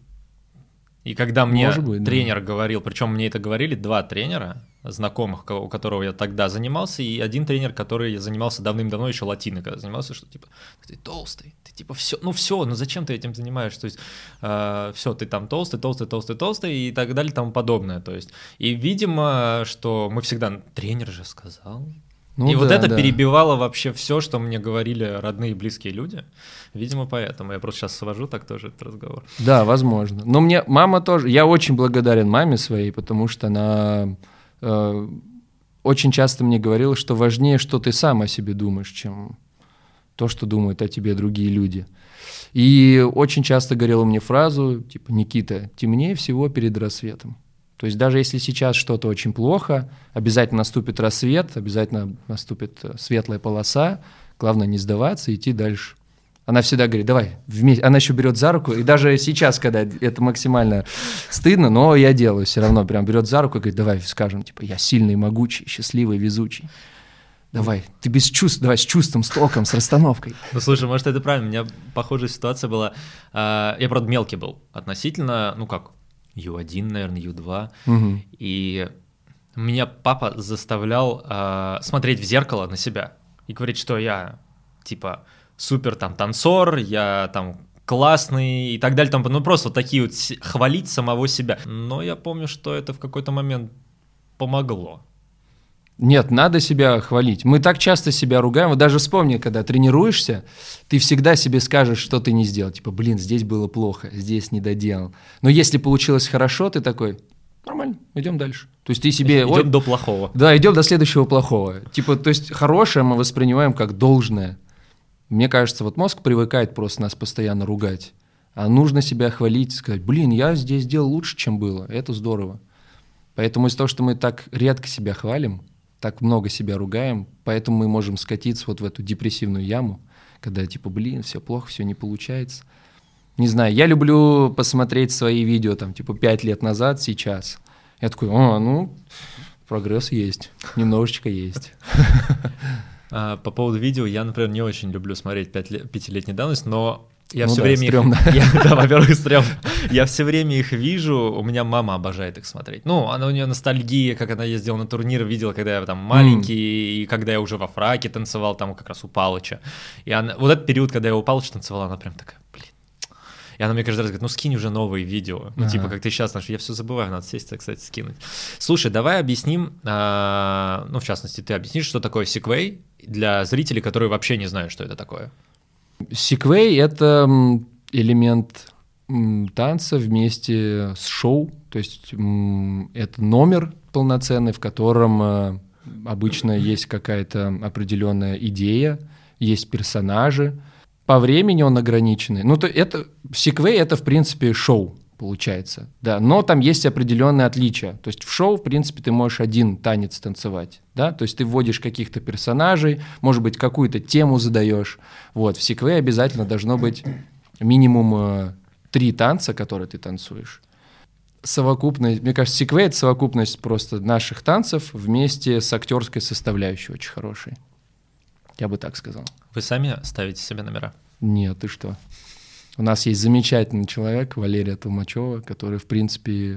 И когда мне быть, тренер да. говорил, причем мне это говорили два тренера, знакомых, у которого я тогда занимался, и один тренер, который занимался давным-давно, еще латино, когда занимался, что типа, ты толстый, ты типа все, ну все, ну зачем ты этим занимаешься, то есть э, все, ты там толстый, толстый, толстый, толстый и так далее и тому подобное, то есть, и видимо, что мы всегда, тренер же сказал. Ну, и да, вот это да. перебивало вообще все, что мне говорили родные и близкие люди. Видимо, поэтому. Я просто сейчас свожу так тоже этот разговор. Да, возможно. Но мне мама тоже... Я очень благодарен маме своей, потому что она э, очень часто мне говорила, что важнее, что ты сам о себе думаешь, чем то, что думают о тебе другие люди. И очень часто говорила мне фразу, типа, Никита, темнее всего перед рассветом. То есть даже если сейчас что-то очень плохо, обязательно наступит рассвет, обязательно наступит светлая полоса, главное не сдаваться и идти дальше. Она всегда говорит, давай, вместе. Она еще берет за руку, и даже сейчас, когда это максимально стыдно, но я делаю все равно, прям берет за руку и говорит, давай скажем, типа, я сильный, могучий, счастливый, везучий. Давай, ты без чувств, давай с чувством, с толком, с расстановкой. Ну, слушай, может, это правильно, у меня похожая ситуация была, я, правда, мелкий был относительно, ну как, ю один, наверное, ю два, угу. И меня папа заставлял э, смотреть в зеркало на себя и говорить, что я, типа, супер там танцор, я там классный и так далее, там, ну просто вот такие вот хвалить самого себя. Но я помню, что это в какой-то момент помогло. Нет, надо себя хвалить. Мы так часто себя ругаем. Вот даже вспомни, когда тренируешься, ты всегда себе скажешь, что ты не сделал. Типа, блин, здесь было плохо, здесь не доделал. Но если получилось хорошо, ты такой, нормально, идем дальше. То есть ты себе... Идем Ой, до плохого. Да, идем до следующего плохого. Типа, то есть хорошее мы воспринимаем как должное. Мне кажется, вот мозг привыкает просто нас постоянно ругать. А нужно себя хвалить, сказать, блин, я здесь сделал лучше, чем было. Это здорово. Поэтому из-за того, что мы так редко себя хвалим, так много себя ругаем, поэтому мы можем скатиться вот в эту депрессивную яму, когда типа, блин, все плохо, все не получается. Не знаю, я люблю посмотреть свои видео там типа пять лет назад, сейчас. Я такой, о, ну, прогресс есть, немножечко есть. По поводу видео, я, например, не очень люблю смотреть пятилетней давности, но я ну все да, время стрёмно. их... Я, да, во-первых, стрёмно. Я все время их вижу, у меня мама обожает их смотреть. Ну, она, у нее ностальгия, как она ездила на турниры, видела, когда я там маленький, mm. и когда я уже во фраке танцевал, там как раз у Палыча. И она... вот этот период, когда я у Палыча танцевала, она прям такая, блин. И она мне каждый раз говорит, ну скинь уже новые видео. Ну, ага. типа, как ты сейчас, я все забываю, надо сесть, кстати, скинуть. Слушай, давай объясним, а, ну, в частности, ты объяснишь, что такое Segway для зрителей, которые вообще не знают, что это такое. Segway — это элемент танца вместе с шоу, то есть это номер полноценный, в котором обычно есть какая-то определенная идея, есть персонажи. По времени он ограниченный. Ну, то это Segway — это, в принципе, шоу, получается, да, но там есть определенные отличия. То есть в шоу, в принципе, ты можешь один танец танцевать, да, то есть ты вводишь каких-то персонажей, может быть, какую-то тему задаешь. Вот, в Segway обязательно должно быть минимум э, три танца, которые ты танцуешь. Совокупность, мне кажется, Segway — это совокупность просто наших танцев вместе с актерской составляющей очень хорошей. Я бы так сказал. Вы сами ставите себе номера? Нет, ты что? У нас есть замечательный человек, Валерия Толмачева, который, в принципе...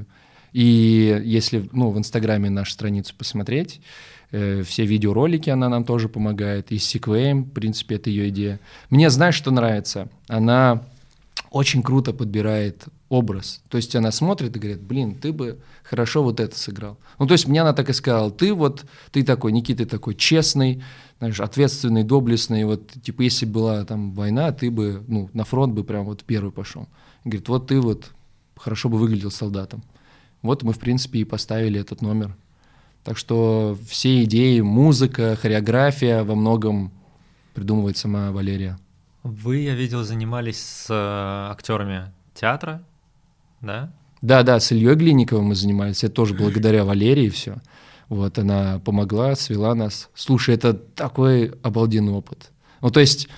И если ну, в Инстаграме нашу страницу посмотреть, э, все видеоролики она нам тоже помогает. И с Segway, в принципе, это ее идея. Мне, знаешь, что нравится? Она очень круто подбирает образ. То есть она смотрит и говорит, блин, ты бы хорошо вот это сыграл. Ну, то есть мне она так и сказала, ты вот, ты такой, Никита, ты такой честный, знаешь, ответственный, доблестный, вот, типа, если была там война, ты бы, ну, на фронт бы прям вот первый пошел. Говорит, вот ты вот хорошо бы выглядел солдатом. Вот мы, в принципе, и поставили этот номер. Так что все идеи, музыка, хореография во многом придумывает сама Валерия. Вы, я видел, занимались с э, актерами театра, да? Да, да, с Ильей Глинниковым мы занимались, это тоже благодаря Валерии все. Вот, она помогла, свела нас. Слушай, это такой обалденный опыт. Ну, то есть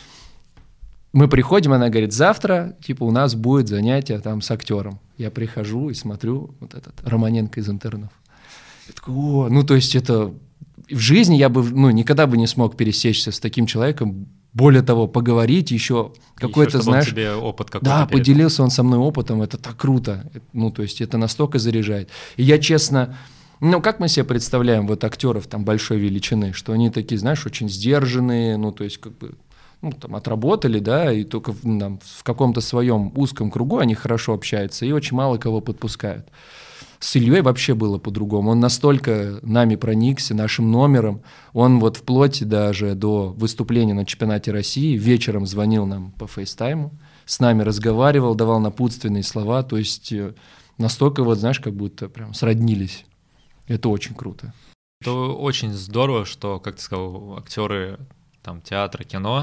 мы приходим, она говорит, завтра, типа, у нас будет занятие там с актером. Я прихожу и смотрю, вот этот Романенко из «Интернов». Я такой, о, ну, то есть это... В жизни я бы, ну, никогда бы не смог пересечься с таким человеком, более того, поговорить еще какой-то, еще, знаешь... Он тебе опыт какой-то Да, передал. поделился он со мной опытом, это так круто. Ну, то есть это настолько заряжает. И я, честно... Ну, как мы себе представляем вот актеров там большой величины, что они такие, знаешь, очень сдержанные, ну, то есть как бы, ну, там, отработали, да, и только в, там, в каком-то своем узком кругу они хорошо общаются и очень мало кого подпускают. С Ильей вообще было по-другому. Он настолько нами проникся, нашим номером. Он вот вплоть даже до выступления на чемпионате России вечером звонил нам по фейстайму, с нами разговаривал, давал напутственные слова. То есть настолько вот, знаешь, как будто прям сроднились. Это очень круто. Это очень здорово, что, как ты сказал, актеры там, театра, кино,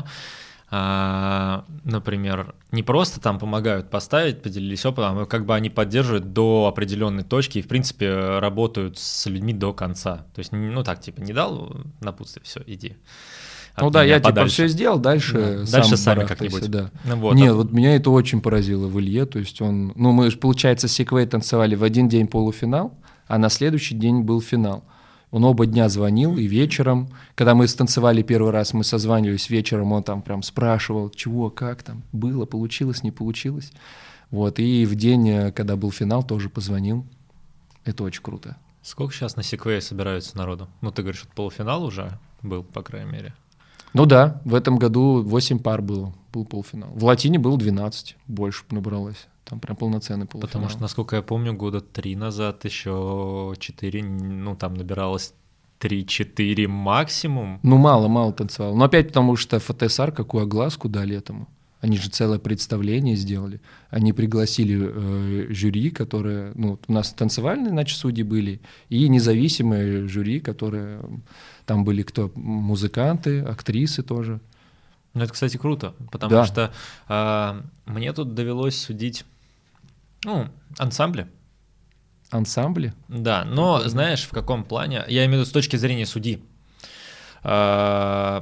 а, например, не просто там помогают поставить, поделились опытом, а как бы они поддерживают до определенной точки и, в принципе, работают с людьми до конца. То есть, ну так, типа, не дал напутствие, все, иди. Ну да, я подальше. Типа все сделал, дальше, да. сам дальше сами как-нибудь. Да. Ну, вот, Нет, а... вот меня это очень поразило в Илье, то есть он, ну мы же, получается, с Segway танцевали в один день полуфинал, а на следующий день был финал. Он оба дня звонил, и вечером, когда мы станцевали первый раз, мы созванивались вечером, он там прям спрашивал, чего, как там, было, получилось, не получилось. Вот, и в день, когда был финал, тоже позвонил. Это очень круто. Сколько сейчас на Segway собираются народу? Ну, ты говоришь, что полуфинал уже был, по крайней мере. Ну да, в этом году восемь пар было, был полуфинал. В Латине было двенадцать, больше набралось. Там прям полноценный полуфинал. Потому что, насколько я помню, года три назад еще четыре, ну, там набиралось три-четыре максимум. Ну, мало-мало танцевал. Но опять потому что ФТСР какую огласку дали этому. Они же целое представление сделали. Они пригласили э, жюри, которые... Ну, у нас танцевальные, значит, судьи были, и независимые жюри, которые... Там были кто? Музыканты, актрисы тоже. Ну, это, кстати, круто, потому Да. что э, мне тут довелось судить, ну, ансамбли. Ансамбли? Да, но знаешь, в каком плане? Я имею в виду с точки зрения судьи. Э,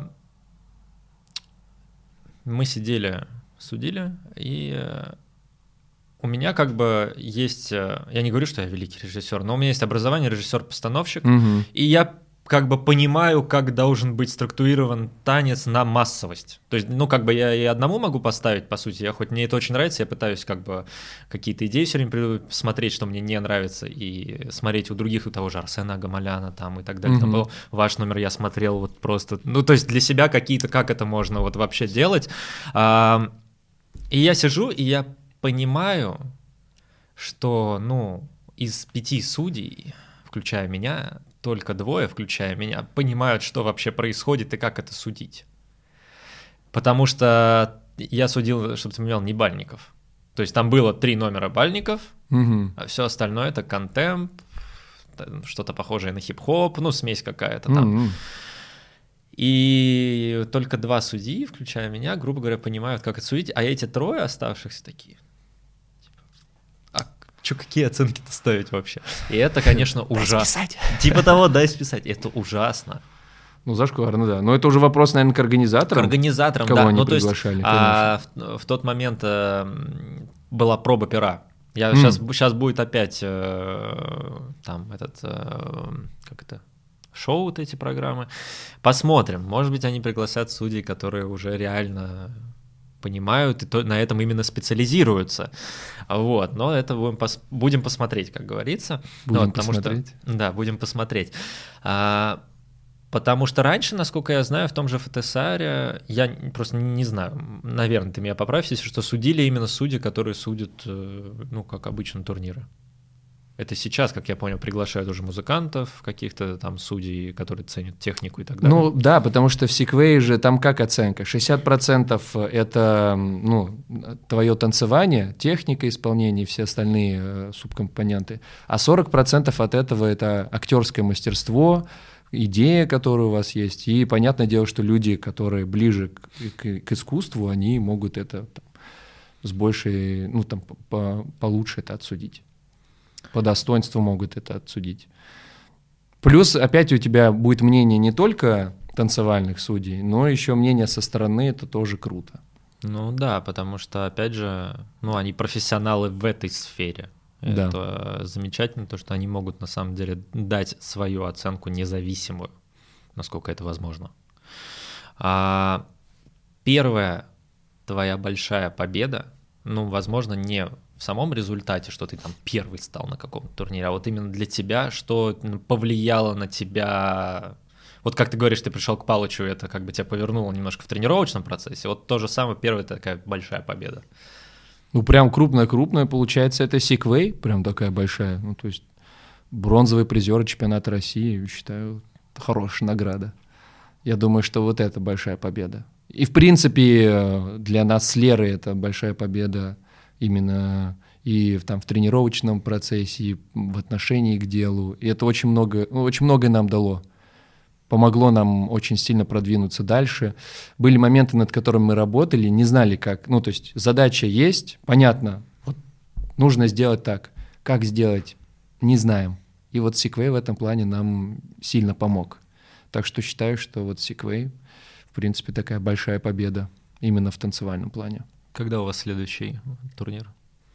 мы сидели, судили, и э, у меня как бы есть... э, Я не говорю, что я великий режиссер, но у меня есть образование режиссер-постановщик, Мгм. и я как бы понимаю, как должен быть структурирован танец на массовость. То есть, ну, как бы я и одному могу поставить, по сути, я хоть мне это очень нравится, я пытаюсь как бы какие-то идеи все время смотреть, что мне не нравится, и смотреть у других, у того же Арсена Агамаляна там и так далее. Там Мгм. был ваш номер, я смотрел вот просто, ну, то есть для себя какие-то, как это можно вот вообще делать. А, и я сижу, и я понимаю, что, ну, из пяти судей, включая меня, только двое, включая меня, понимают, что вообще происходит и как это судить. Потому что я судил, чтобы ты понимал, не бальников. То есть там было три номера бальников, Мгм. а все остальное это контемп, там что-то похожее на хип-хоп, ну, смесь какая-то там. Мгм. И только два судьи, включая меня, грубо говоря, понимают, как это судить, а эти трое оставшихся такие, типа, а чё, какие оценки-то ставить вообще? И это, конечно, ужасно. Типа того, дай списать. Это ужасно. Ну, зашкварно, да. Но это уже вопрос, наверное, к К организаторам. организаторам, Кого да. они Ну, то есть, приглашали, а, в, в тот момент э, м, была проба пера. Я М. сейчас, сейчас будет опять э, там этот, э, как это, шоу вот эти программы. Посмотрим. Может быть, они пригласят судей, которые уже реально понимают и то, на этом именно специализируются. Вот. Но это будем, пос, будем посмотреть, как говорится. Будем Ну, вот, потому посмотреть. Что, да, будем посмотреть. А, Потому что раньше, насколько я знаю, в том же ФТСАре, я просто не знаю, наверное, ты меня поправь, если что, судили именно судьи, которые судят, ну, как обычно, турниры. Это сейчас, как я понял, приглашают уже музыкантов, каких-то там судей, которые ценят технику и так далее. Ну да, потому что в Sequay же там как оценка? шестьдесят процентов это ну, твое танцевание, техника исполнения и все остальные э, субкомпоненты, а сорок процентов от этого это актерское мастерство, идея, которая у вас есть. И понятное дело, что люди, которые ближе к, к, к искусству, они могут это там, с большей, ну там по, получше это отсудить. По достоинству могут это отсудить. Плюс опять у тебя будет мнение не только танцевальных судей, но еще мнение со стороны, это тоже круто. Ну да, потому что, опять же, ну они профессионалы в этой сфере. Да. Это замечательно, то, что они могут на самом деле дать свою оценку независимую, насколько это возможно. А первая твоя большая победа, ну, возможно, не в самом результате, что ты там первый стал на каком-то турнире, а вот именно для тебя, что повлияло на тебя. Вот как ты говоришь, ты пришел к Палычу, это как бы тебя повернуло немножко в тренировочном процессе. Вот то же самое, первая такая большая победа. Ну, прям крупная-крупная, получается, это Sequay, прям такая большая. Ну, то есть бронзовый призер чемпионата России, считаю, хорошая награда. Я думаю, что вот это большая победа. И, в принципе, для нас с Лерой это большая победа именно и там в тренировочном процессе, и в отношении к делу. И это очень много, очень многое нам дало. Помогло нам очень сильно продвинуться дальше. Были моменты, над которыми мы работали, не знали как. Ну, то есть задача есть, понятно, вот нужно сделать так. Как сделать, не знаем. И вот Sequay в этом плане нам сильно помог. Так что считаю, что вот Sequay, в принципе, такая большая победа именно в танцевальном плане. Когда у вас следующий турнир?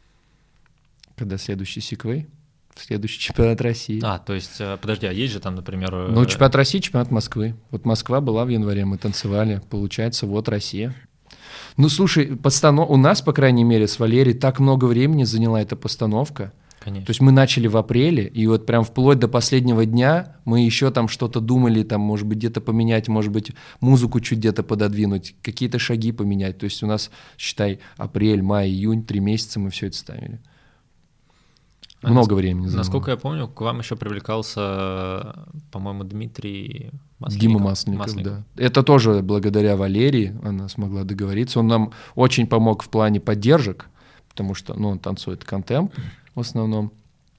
Когда следующий Sequay? Следующий чемпионат России. А, то есть, подожди, а есть же там, например... Ну, чемпионат России, чемпионат Москвы. Вот Москва была в январе, мы танцевали. Получается, вот Россия. Ну, слушай, постанов... у нас, по крайней мере, с Валерией так много времени заняла эта постановка. Конечно. То есть мы начали в апреле, и вот прям вплоть до последнего дня мы еще там что-то думали, там, может быть, где-то поменять, может быть, музыку чуть где-то пододвинуть, какие-то шаги поменять. То есть у нас, считай, апрель, май, июнь, три месяца мы все это ставили. А Много наск- времени заняло. Насколько я помню, к вам еще привлекался, по-моему, Дмитрий Масленников. Дима Масленников, Масленников. да. Это тоже благодаря Валерии она смогла договориться. Он нам очень помог в плане поддержек, потому что, ну, он танцует контемп в основном.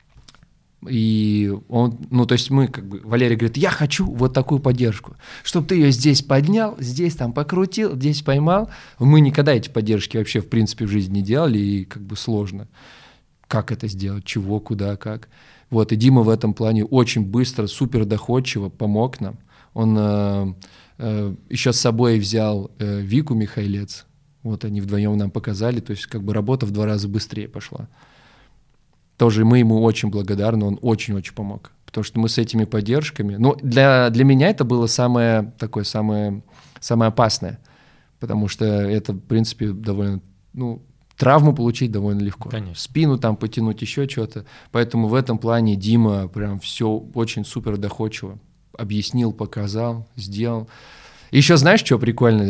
И он, ну, то есть мы, как бы, Валерий говорит, я хочу вот такую поддержку, чтобы ты ее здесь поднял, здесь там покрутил, здесь поймал. Мы никогда эти поддержки вообще, в принципе, в жизни не делали, и как бы сложно. Как это сделать, чего, куда, как. Вот, и Дима в этом плане очень быстро, супер доходчиво помог нам. Он э, э, еще с собой взял э, Вику Михайлец, вот они вдвоем нам показали, то есть как бы работа в два раза быстрее пошла. Тоже мы ему очень благодарны, он очень-очень помог. Потому что мы с этими поддержками... Ну, для, для меня это было самое такое, самое, самое опасное. Потому что это, в принципе, довольно... Ну, травму получить довольно легко. Конечно. Спину там потянуть, еще что-то. Поэтому в этом плане Дима прям все очень супер доходчиво объяснил, показал, сделал. Еще знаешь, что прикольно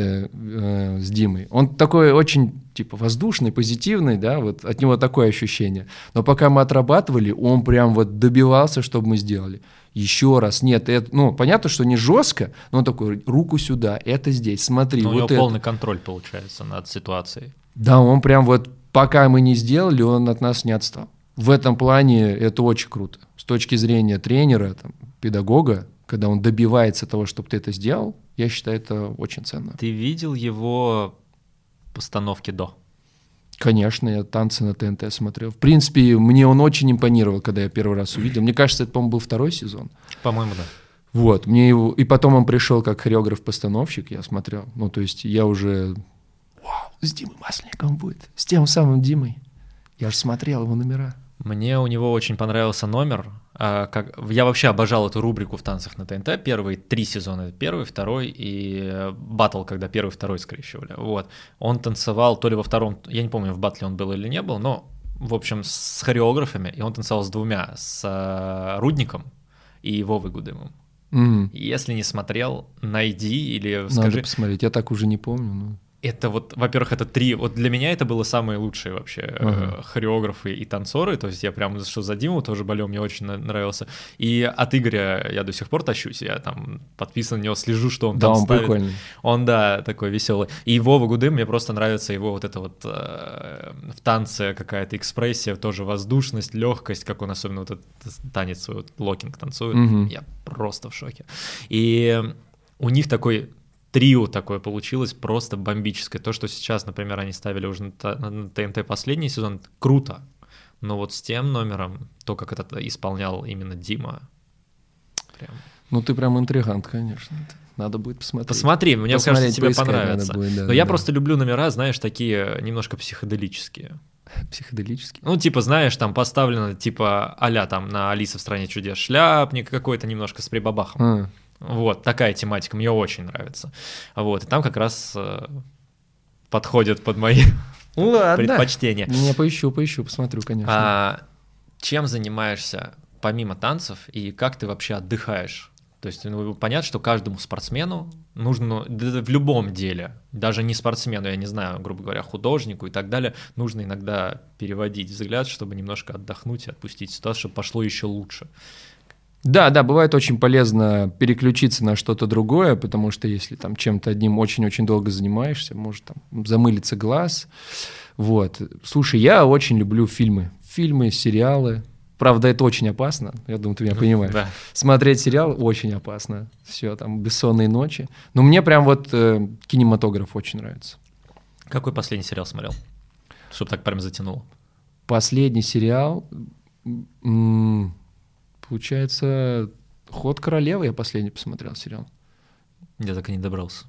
э, с Димой? Он такой очень, типа, воздушный, позитивный, да, вот от него такое ощущение. Но пока мы отрабатывали, он прям вот добивался, чтобы мы сделали. Еще раз, нет, это, ну, понятно, что не жестко, но он такой, руку сюда, это здесь, смотри. Но вот у него это. полный контроль получается над ситуацией. Да, он прям вот, пока мы не сделали, он от нас не отстал. В этом плане это очень круто. С точки зрения тренера, там, педагога, когда он добивается того, чтобы ты это сделал, я считаю, это очень ценно. Ты видел его постановки до? Конечно, я танцы на ТНТ смотрел. В принципе, мне он очень импонировал, когда я первый раз увидел. Мне кажется, это, по-моему, был второй сезон. По-моему, да. Вот, мне его... И потом он пришел как хореограф-постановщик, я смотрел. Ну, то есть я уже... Вау, с Димой Масленниковым будет. С тем самым Димой. Я же смотрел его номера. Мне у него очень понравился номер. А, как, я вообще обожал эту рубрику в танцах на ТНТ. Первые три сезона. Первый, второй и баттл, когда первый, второй скрещивали. Вот. Он танцевал то ли во втором, я не помню, в баттле он был или не был, но, в общем, с хореографами. И он танцевал с двумя. С uh, Рудником и Вовой Гудымом. Mm. Если не смотрел, найди или Надо скажи. посмотреть, я так уже не помню. Но... Это вот, во-первых, это три, вот для меня это было самые лучшие вообще Ага. э, хореографы и танцоры, то есть я прям, что за Диму тоже болел, мне очень на- нравился. И от Игоря я до сих пор тащусь, я там подписан на него, слежу, что он Да, там он ставит. прикольный. Он, да, такой веселый. И Вова Гудым, мне просто нравится его вот это вот э, в танце какая-то экспрессия, тоже воздушность, легкость, как он особенно вот этот танец свой, вот, локинг танцует. Мгм. Я просто в шоке. И у них такой... Трио такое получилось, просто бомбическое. То, что сейчас, например, они ставили уже на, Т- на ТНТ последний сезон, круто. Но вот с тем номером, то, как это исполнял именно Дима, прям... Ну, ты прям интригант, конечно. Надо будет посмотреть. Посмотри, мне Посмотреть, кажется, тебе поискать понравится. надо будет, да, Но да, я да. просто люблю номера, знаешь, такие немножко психоделические. Психоделический. Ну, типа, знаешь, там поставлено, типа, а-ля там на «Алиса в стране чудес» шляпник какой-то немножко с прибабахом. А, Вот, такая тематика, мне очень нравится. Вот, и там как раз э, подходят под мои ладно. предпочтения. Я поищу, поищу, посмотрю, конечно. А, чем занимаешься помимо танцев и как ты вообще отдыхаешь? То есть, ну, понятно, что каждому спортсмену нужно, да, в любом деле, даже не спортсмену, я не знаю, грубо говоря, художнику и так далее, нужно иногда переводить взгляд, чтобы немножко отдохнуть и отпустить ситуацию, чтобы пошло еще лучше. Да, да, бывает очень полезно переключиться на что-то другое, потому что если там чем-то одним очень-очень долго занимаешься, может там замылиться глаз. Вот. Слушай, я очень люблю фильмы. Фильмы, сериалы. Правда, это очень опасно. Я думаю, ты меня понимаешь. Да. Смотреть сериал очень опасно. Все, там бессонные ночи. Но мне прям вот э, кинематограф очень нравится. Какой последний сериал смотрел? Чтобы так прям затянуло. Последний сериал, м, получается, «Ход королевы» я последний посмотрел сериал. Я так и не добрался.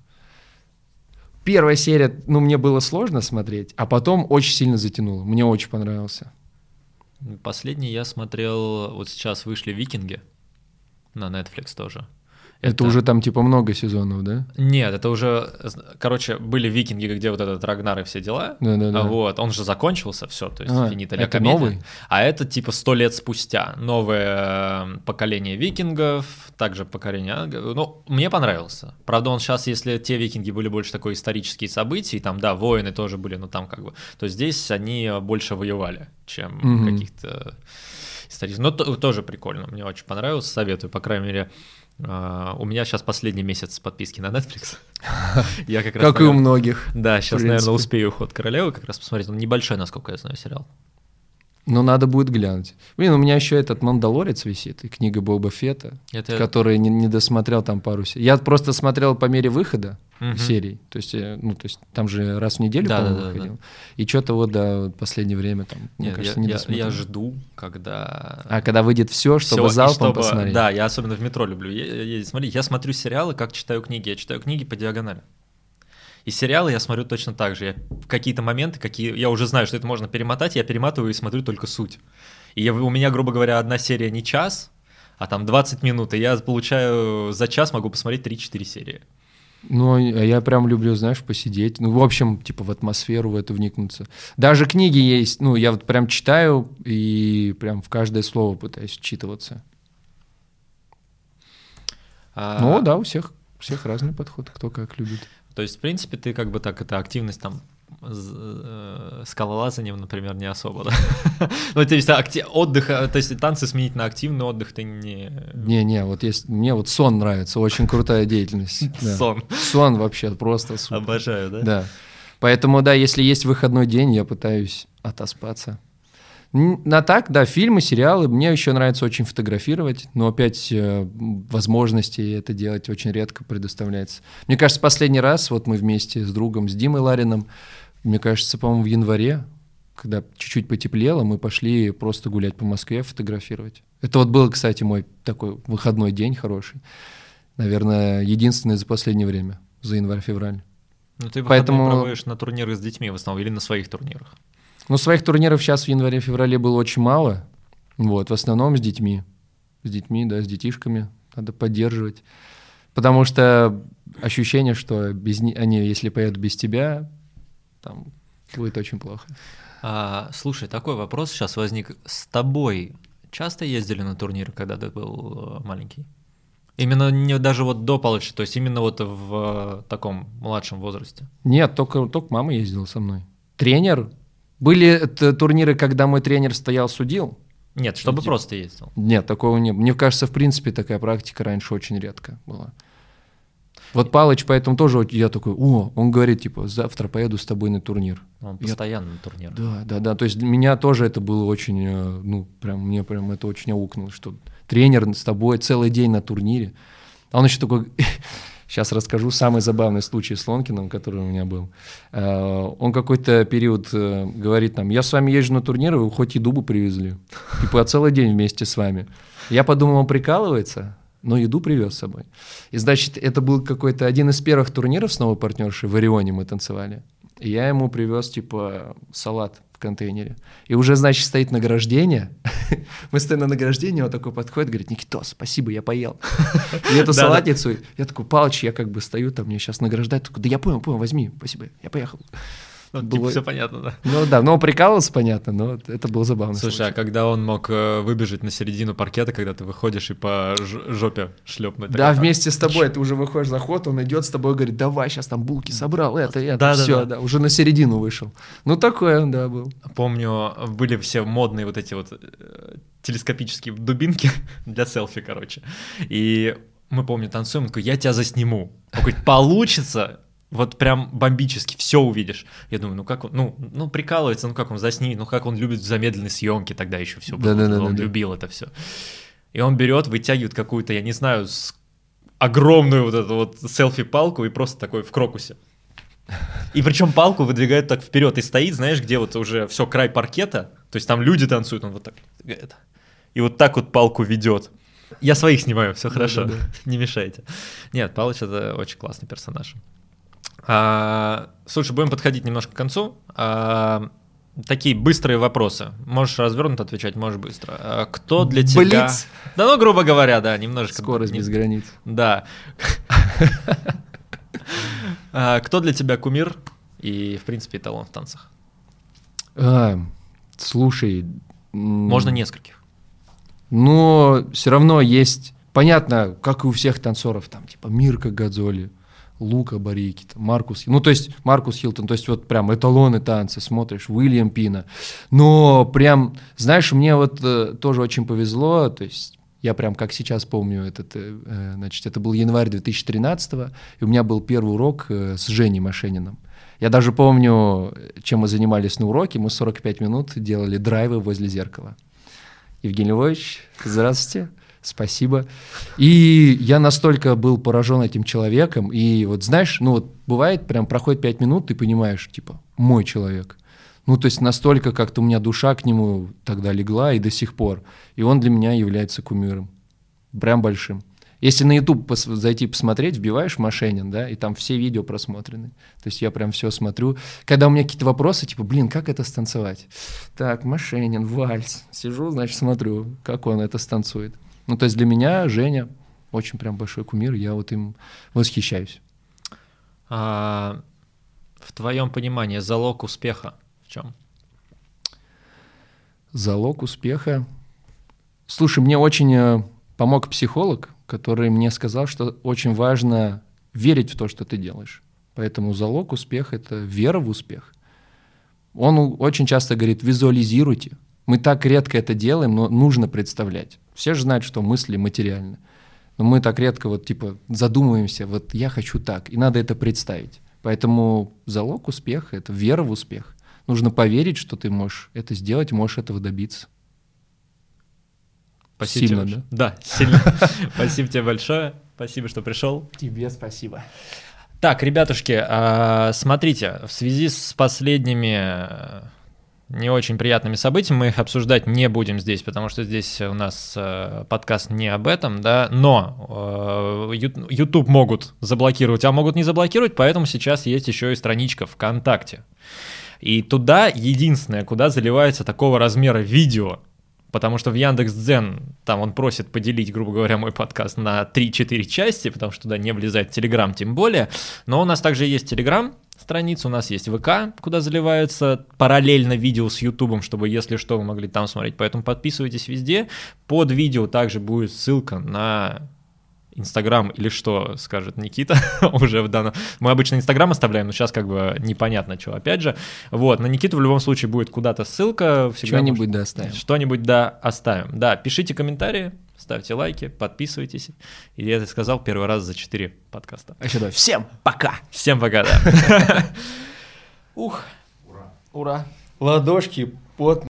Первая серия, ну, мне было сложно смотреть, а потом очень сильно затянуло. Мне очень понравился. Последний я смотрел, вот сейчас вышли «Викинги» на Netflix тоже. Это, уже там типа много сезонов, да? Нет, это уже, короче, были «Викинги», где вот этот Рагнар и все дела. Да-да-да. Вот, он же закончился, все, то есть А, финита ля это комедия. новый? А это типа сто лет спустя. Новое поколение викингов, также поколение... ангелов. Ну, мне понравился. Правда, он сейчас, если те «Викинги» были больше такой исторические события, и там, да, воины тоже были, но там как бы... То здесь они больше воевали, чем Мгм. каких-то... исторический. Но то, тоже прикольно, мне очень понравилось, советую, по крайней мере. Uh, у меня сейчас последний месяц подписки на Netflix. Я как раз, как наверное, и у многих. Да, сейчас, наверное, успею «Ход королевы» как раз посмотреть. Он небольшой, насколько я знаю, сериал. Ну, надо будет глянуть. Блин, у меня еще этот «Мандалорец» висит, и книга Боба Фетта, Это... который не, не досмотрел там пару серий. Я просто смотрел по мере выхода uh-huh. серий. То есть, ну, то есть там же раз в неделю, да, по-моему, да, да, выходил. Да. И что-то вот, да, в последнее время там, Нет, мне кажется, я, не я, досмотрел. Я жду, когда... А когда выйдет все, чтобы всё, залпом чтобы... посмотреть. Да, я особенно в метро люблю. Я, я, смотри, я смотрю сериалы, как читаю книги. Я читаю книги по диагонали. И сериалы я смотрю точно так же. Я в какие-то моменты, какие я уже знаю, что это можно перемотать, я перематываю и смотрю только суть. И я, у меня, грубо говоря, одна серия не час, а там двадцать минут, и я получаю за час могу посмотреть три-четыре серии. Ну, я прям люблю, знаешь, посидеть. Ну, в общем, типа в атмосферу в эту вникнуться. Даже книги есть, ну, я вот прям читаю и прям в каждое слово пытаюсь вчитываться. А... Ну, да, у всех, у всех разный подход, кто как любит. То есть, в принципе, ты как бы так, это активность там, скалолазанием, например, не особо, да? Ну, то есть отдых, то есть танцы сменить на активный отдых ты не... Не-не, вот есть, мне вот сон нравится, очень крутая деятельность. Сон. Сон вообще просто супер. Обожаю, да? Да. Поэтому, да, если есть выходной день, я пытаюсь отоспаться. На так, да, фильмы, сериалы. Мне еще нравится очень фотографировать, но опять э, возможности это делать очень редко предоставляется. Мне кажется, последний раз вот мы вместе с другом, с Димой Лариным, мне кажется, по-моему, в январе, когда чуть-чуть потеплело, мы пошли просто гулять по Москве, фотографировать. Это вот был, кстати, мой такой выходной день хороший. Наверное, единственный за последнее время, за январь-февраль. Ну ты выходные Поэтому... проводишь на турнирах с детьми в основном или на своих турнирах? Ну, своих турниров сейчас в январе-феврале было очень мало. Вот, в основном с детьми. С детьми, да, с детишками. Надо поддерживать. Потому что ощущение, что без не... они, если поедут без тебя, там будет очень плохо. А, слушай, такой вопрос сейчас возник. С тобой часто ездили на турниры, когда ты был маленький? Именно не даже вот до Палыча, то есть именно вот в таком младшем возрасте? Нет, только, только мама ездила со мной. Тренер... Были турниры, когда мой тренер стоял, судил? Нет, чтобы судил. Просто ездил. Нет, такого не было. Мне кажется, в принципе, такая практика раньше очень редко была. Вот Палыч, поэтому тоже я такой, о, он говорит, типа, завтра поеду с тобой на турнир. Он постоянно я... на турнир. Да, да, да. То есть для меня тоже это было очень, ну, прям, мне прям это очень аукнуло, что тренер с тобой целый день на турнире. А он еще такой... Сейчас расскажу самый забавный случай с Лонкиным, который у меня был. Он какой-то период говорит нам, я с вами езжу на турниры, вы хоть еду бы привезли. Типа, целый день вместе с вами. Я подумал, он прикалывается, но еду привез с собой. И, значит, это был какой-то один из первых турниров с новой партнершей, в Орионе мы танцевали. И я ему привез, типа, салат в контейнере. И уже, значит, стоит награждение. Мы стоим на награждении, он такой подходит, говорит, Никитос, спасибо, я поел. И эту салатницу, я такой, Палыч, я как бы стою, там мне сейчас награждают. Такой, да я понял, понял, возьми, спасибо, я поехал. Ну, было... типа все понятно, да? Ну да, но он прикалывался, понятно, но это был забавно. Слушай, случай. А когда он мог выбежать на середину паркета, когда ты выходишь и по жопе шлепнуть? Да, вместе с тобой, ты уже выходишь за ход, он идет с тобой, говорит, давай, сейчас там булки собрал, это, это, да, все, да, да. да, уже на середину вышел. Ну такое, да, был. Помню, были все модные вот эти вот телескопические дубинки для селфи, короче. И мы, помню, танцуем, он такой, я тебя засниму. Он говорит, получится? Вот прям бомбически, все увидишь. Я думаю, ну как он, ну, ну прикалывается, ну как он заснимет, ну как он любит в замедленной съемке, тогда еще все было, да, да, он да, любил да. это все. И он берет, вытягивает какую-то, я не знаю, огромную вот эту вот селфи-палку и просто такой в крокусе. И причем палку выдвигает так вперед и стоит, знаешь, где вот уже все, край паркета, то есть там люди танцуют, он вот так это, и вот так вот палку ведет. Я своих снимаю, все хорошо, да, да, да. Не мешайте. Нет, Палыч — это очень классный персонаж. А, слушай, будем подходить немножко к концу. А, такие быстрые вопросы. Можешь развернуто отвечать, можешь быстро. А, кто для тебя... Блиц. Да, ну, грубо говоря, да, немножко... Скорость без границ. Да. Кто для тебя кумир и, в принципе, эталон в танцах? Слушай... Можно нескольких. Но все равно есть... Понятно, как и у всех танцоров, там, типа, Мирка Годзоли, Лука Барики, Маркус, ну, то есть Маркус Хилтон, то есть вот прям эталоны танца, смотришь, Уильям Пина. Но прям, знаешь, мне вот э, тоже очень повезло, то есть я прям как сейчас помню, этот, э, значит, это был январь две тысячи тринадцатого, и у меня был первый урок э, с Женей Машениным. Я даже помню, чем мы занимались на уроке, мы сорок пять минут делали драйвы возле зеркала. Евгений Львович, здравствуйте. Спасибо. И я настолько был поражен этим человеком, и вот знаешь, ну вот бывает, прям проходит пять минут, ты понимаешь, типа, мой человек. Ну то есть настолько как-то у меня душа к нему тогда легла и до сих пор. И он для меня является кумиром. Прям большим. Если на YouTube пос- зайти посмотреть, вбиваешь Машенин, да, и там все видео просмотрены. То есть я прям все смотрю. Когда у меня какие-то вопросы, типа, блин, как это станцевать? Так, Машенин, вальс. Сижу, значит, смотрю, как он это станцует. Ну, то есть для меня Женя очень прям большой кумир, я вот им восхищаюсь. А, в твоем понимании залог успеха в чем? Залог успеха? Слушай, мне очень помог психолог, который мне сказал, что очень важно верить в то, что ты делаешь. Поэтому залог успеха — это вера в успех. Он очень часто говорит: визуализируйте. Мы так редко это делаем, но нужно представлять. Все же знают, что мысли материальны. Но мы так редко вот типа задумываемся, вот я хочу так, и надо это представить. Поэтому залог успеха — это вера в успех. Нужно поверить, что ты можешь это сделать, можешь этого добиться. Спасибо сильно, тебе. да? Да, сильно. Спасибо тебе большое. Спасибо, что пришел. Тебе спасибо. Так, ребятушки, смотрите, в связи с последними не очень приятными событиями, мы их обсуждать не будем здесь, потому что здесь у нас подкаст не об этом, да, но YouTube могут заблокировать, а могут не заблокировать, поэтому сейчас есть еще и страничка ВКонтакте. И туда единственное, куда заливается такого размера видео, потому что в Яндекс.Дзен там он просит поделить, грубо говоря, мой подкаст на три-четыре части, потому что туда не влезает Телеграм тем более, но у нас также есть Телеграм, страница, у нас есть ВК, куда заливается параллельно видео с Ютубом, чтобы, если что, вы могли там смотреть. Поэтому подписывайтесь везде. Под видео также будет ссылка на Инстаграм или что скажет Никита уже в данном... Мы обычно Инстаграм оставляем, но сейчас как бы непонятно, что опять же. Вот, на Никиту в любом случае будет куда-то ссылка. Что-нибудь может... да оставим. Что-нибудь да оставим. Да, пишите комментарии, ставьте лайки, подписывайтесь. И я это сказал первый раз за четыре подкаста. А еще давай. Всем пока! Всем пока, да. Ух. Ура. Ура. Ладошки потные.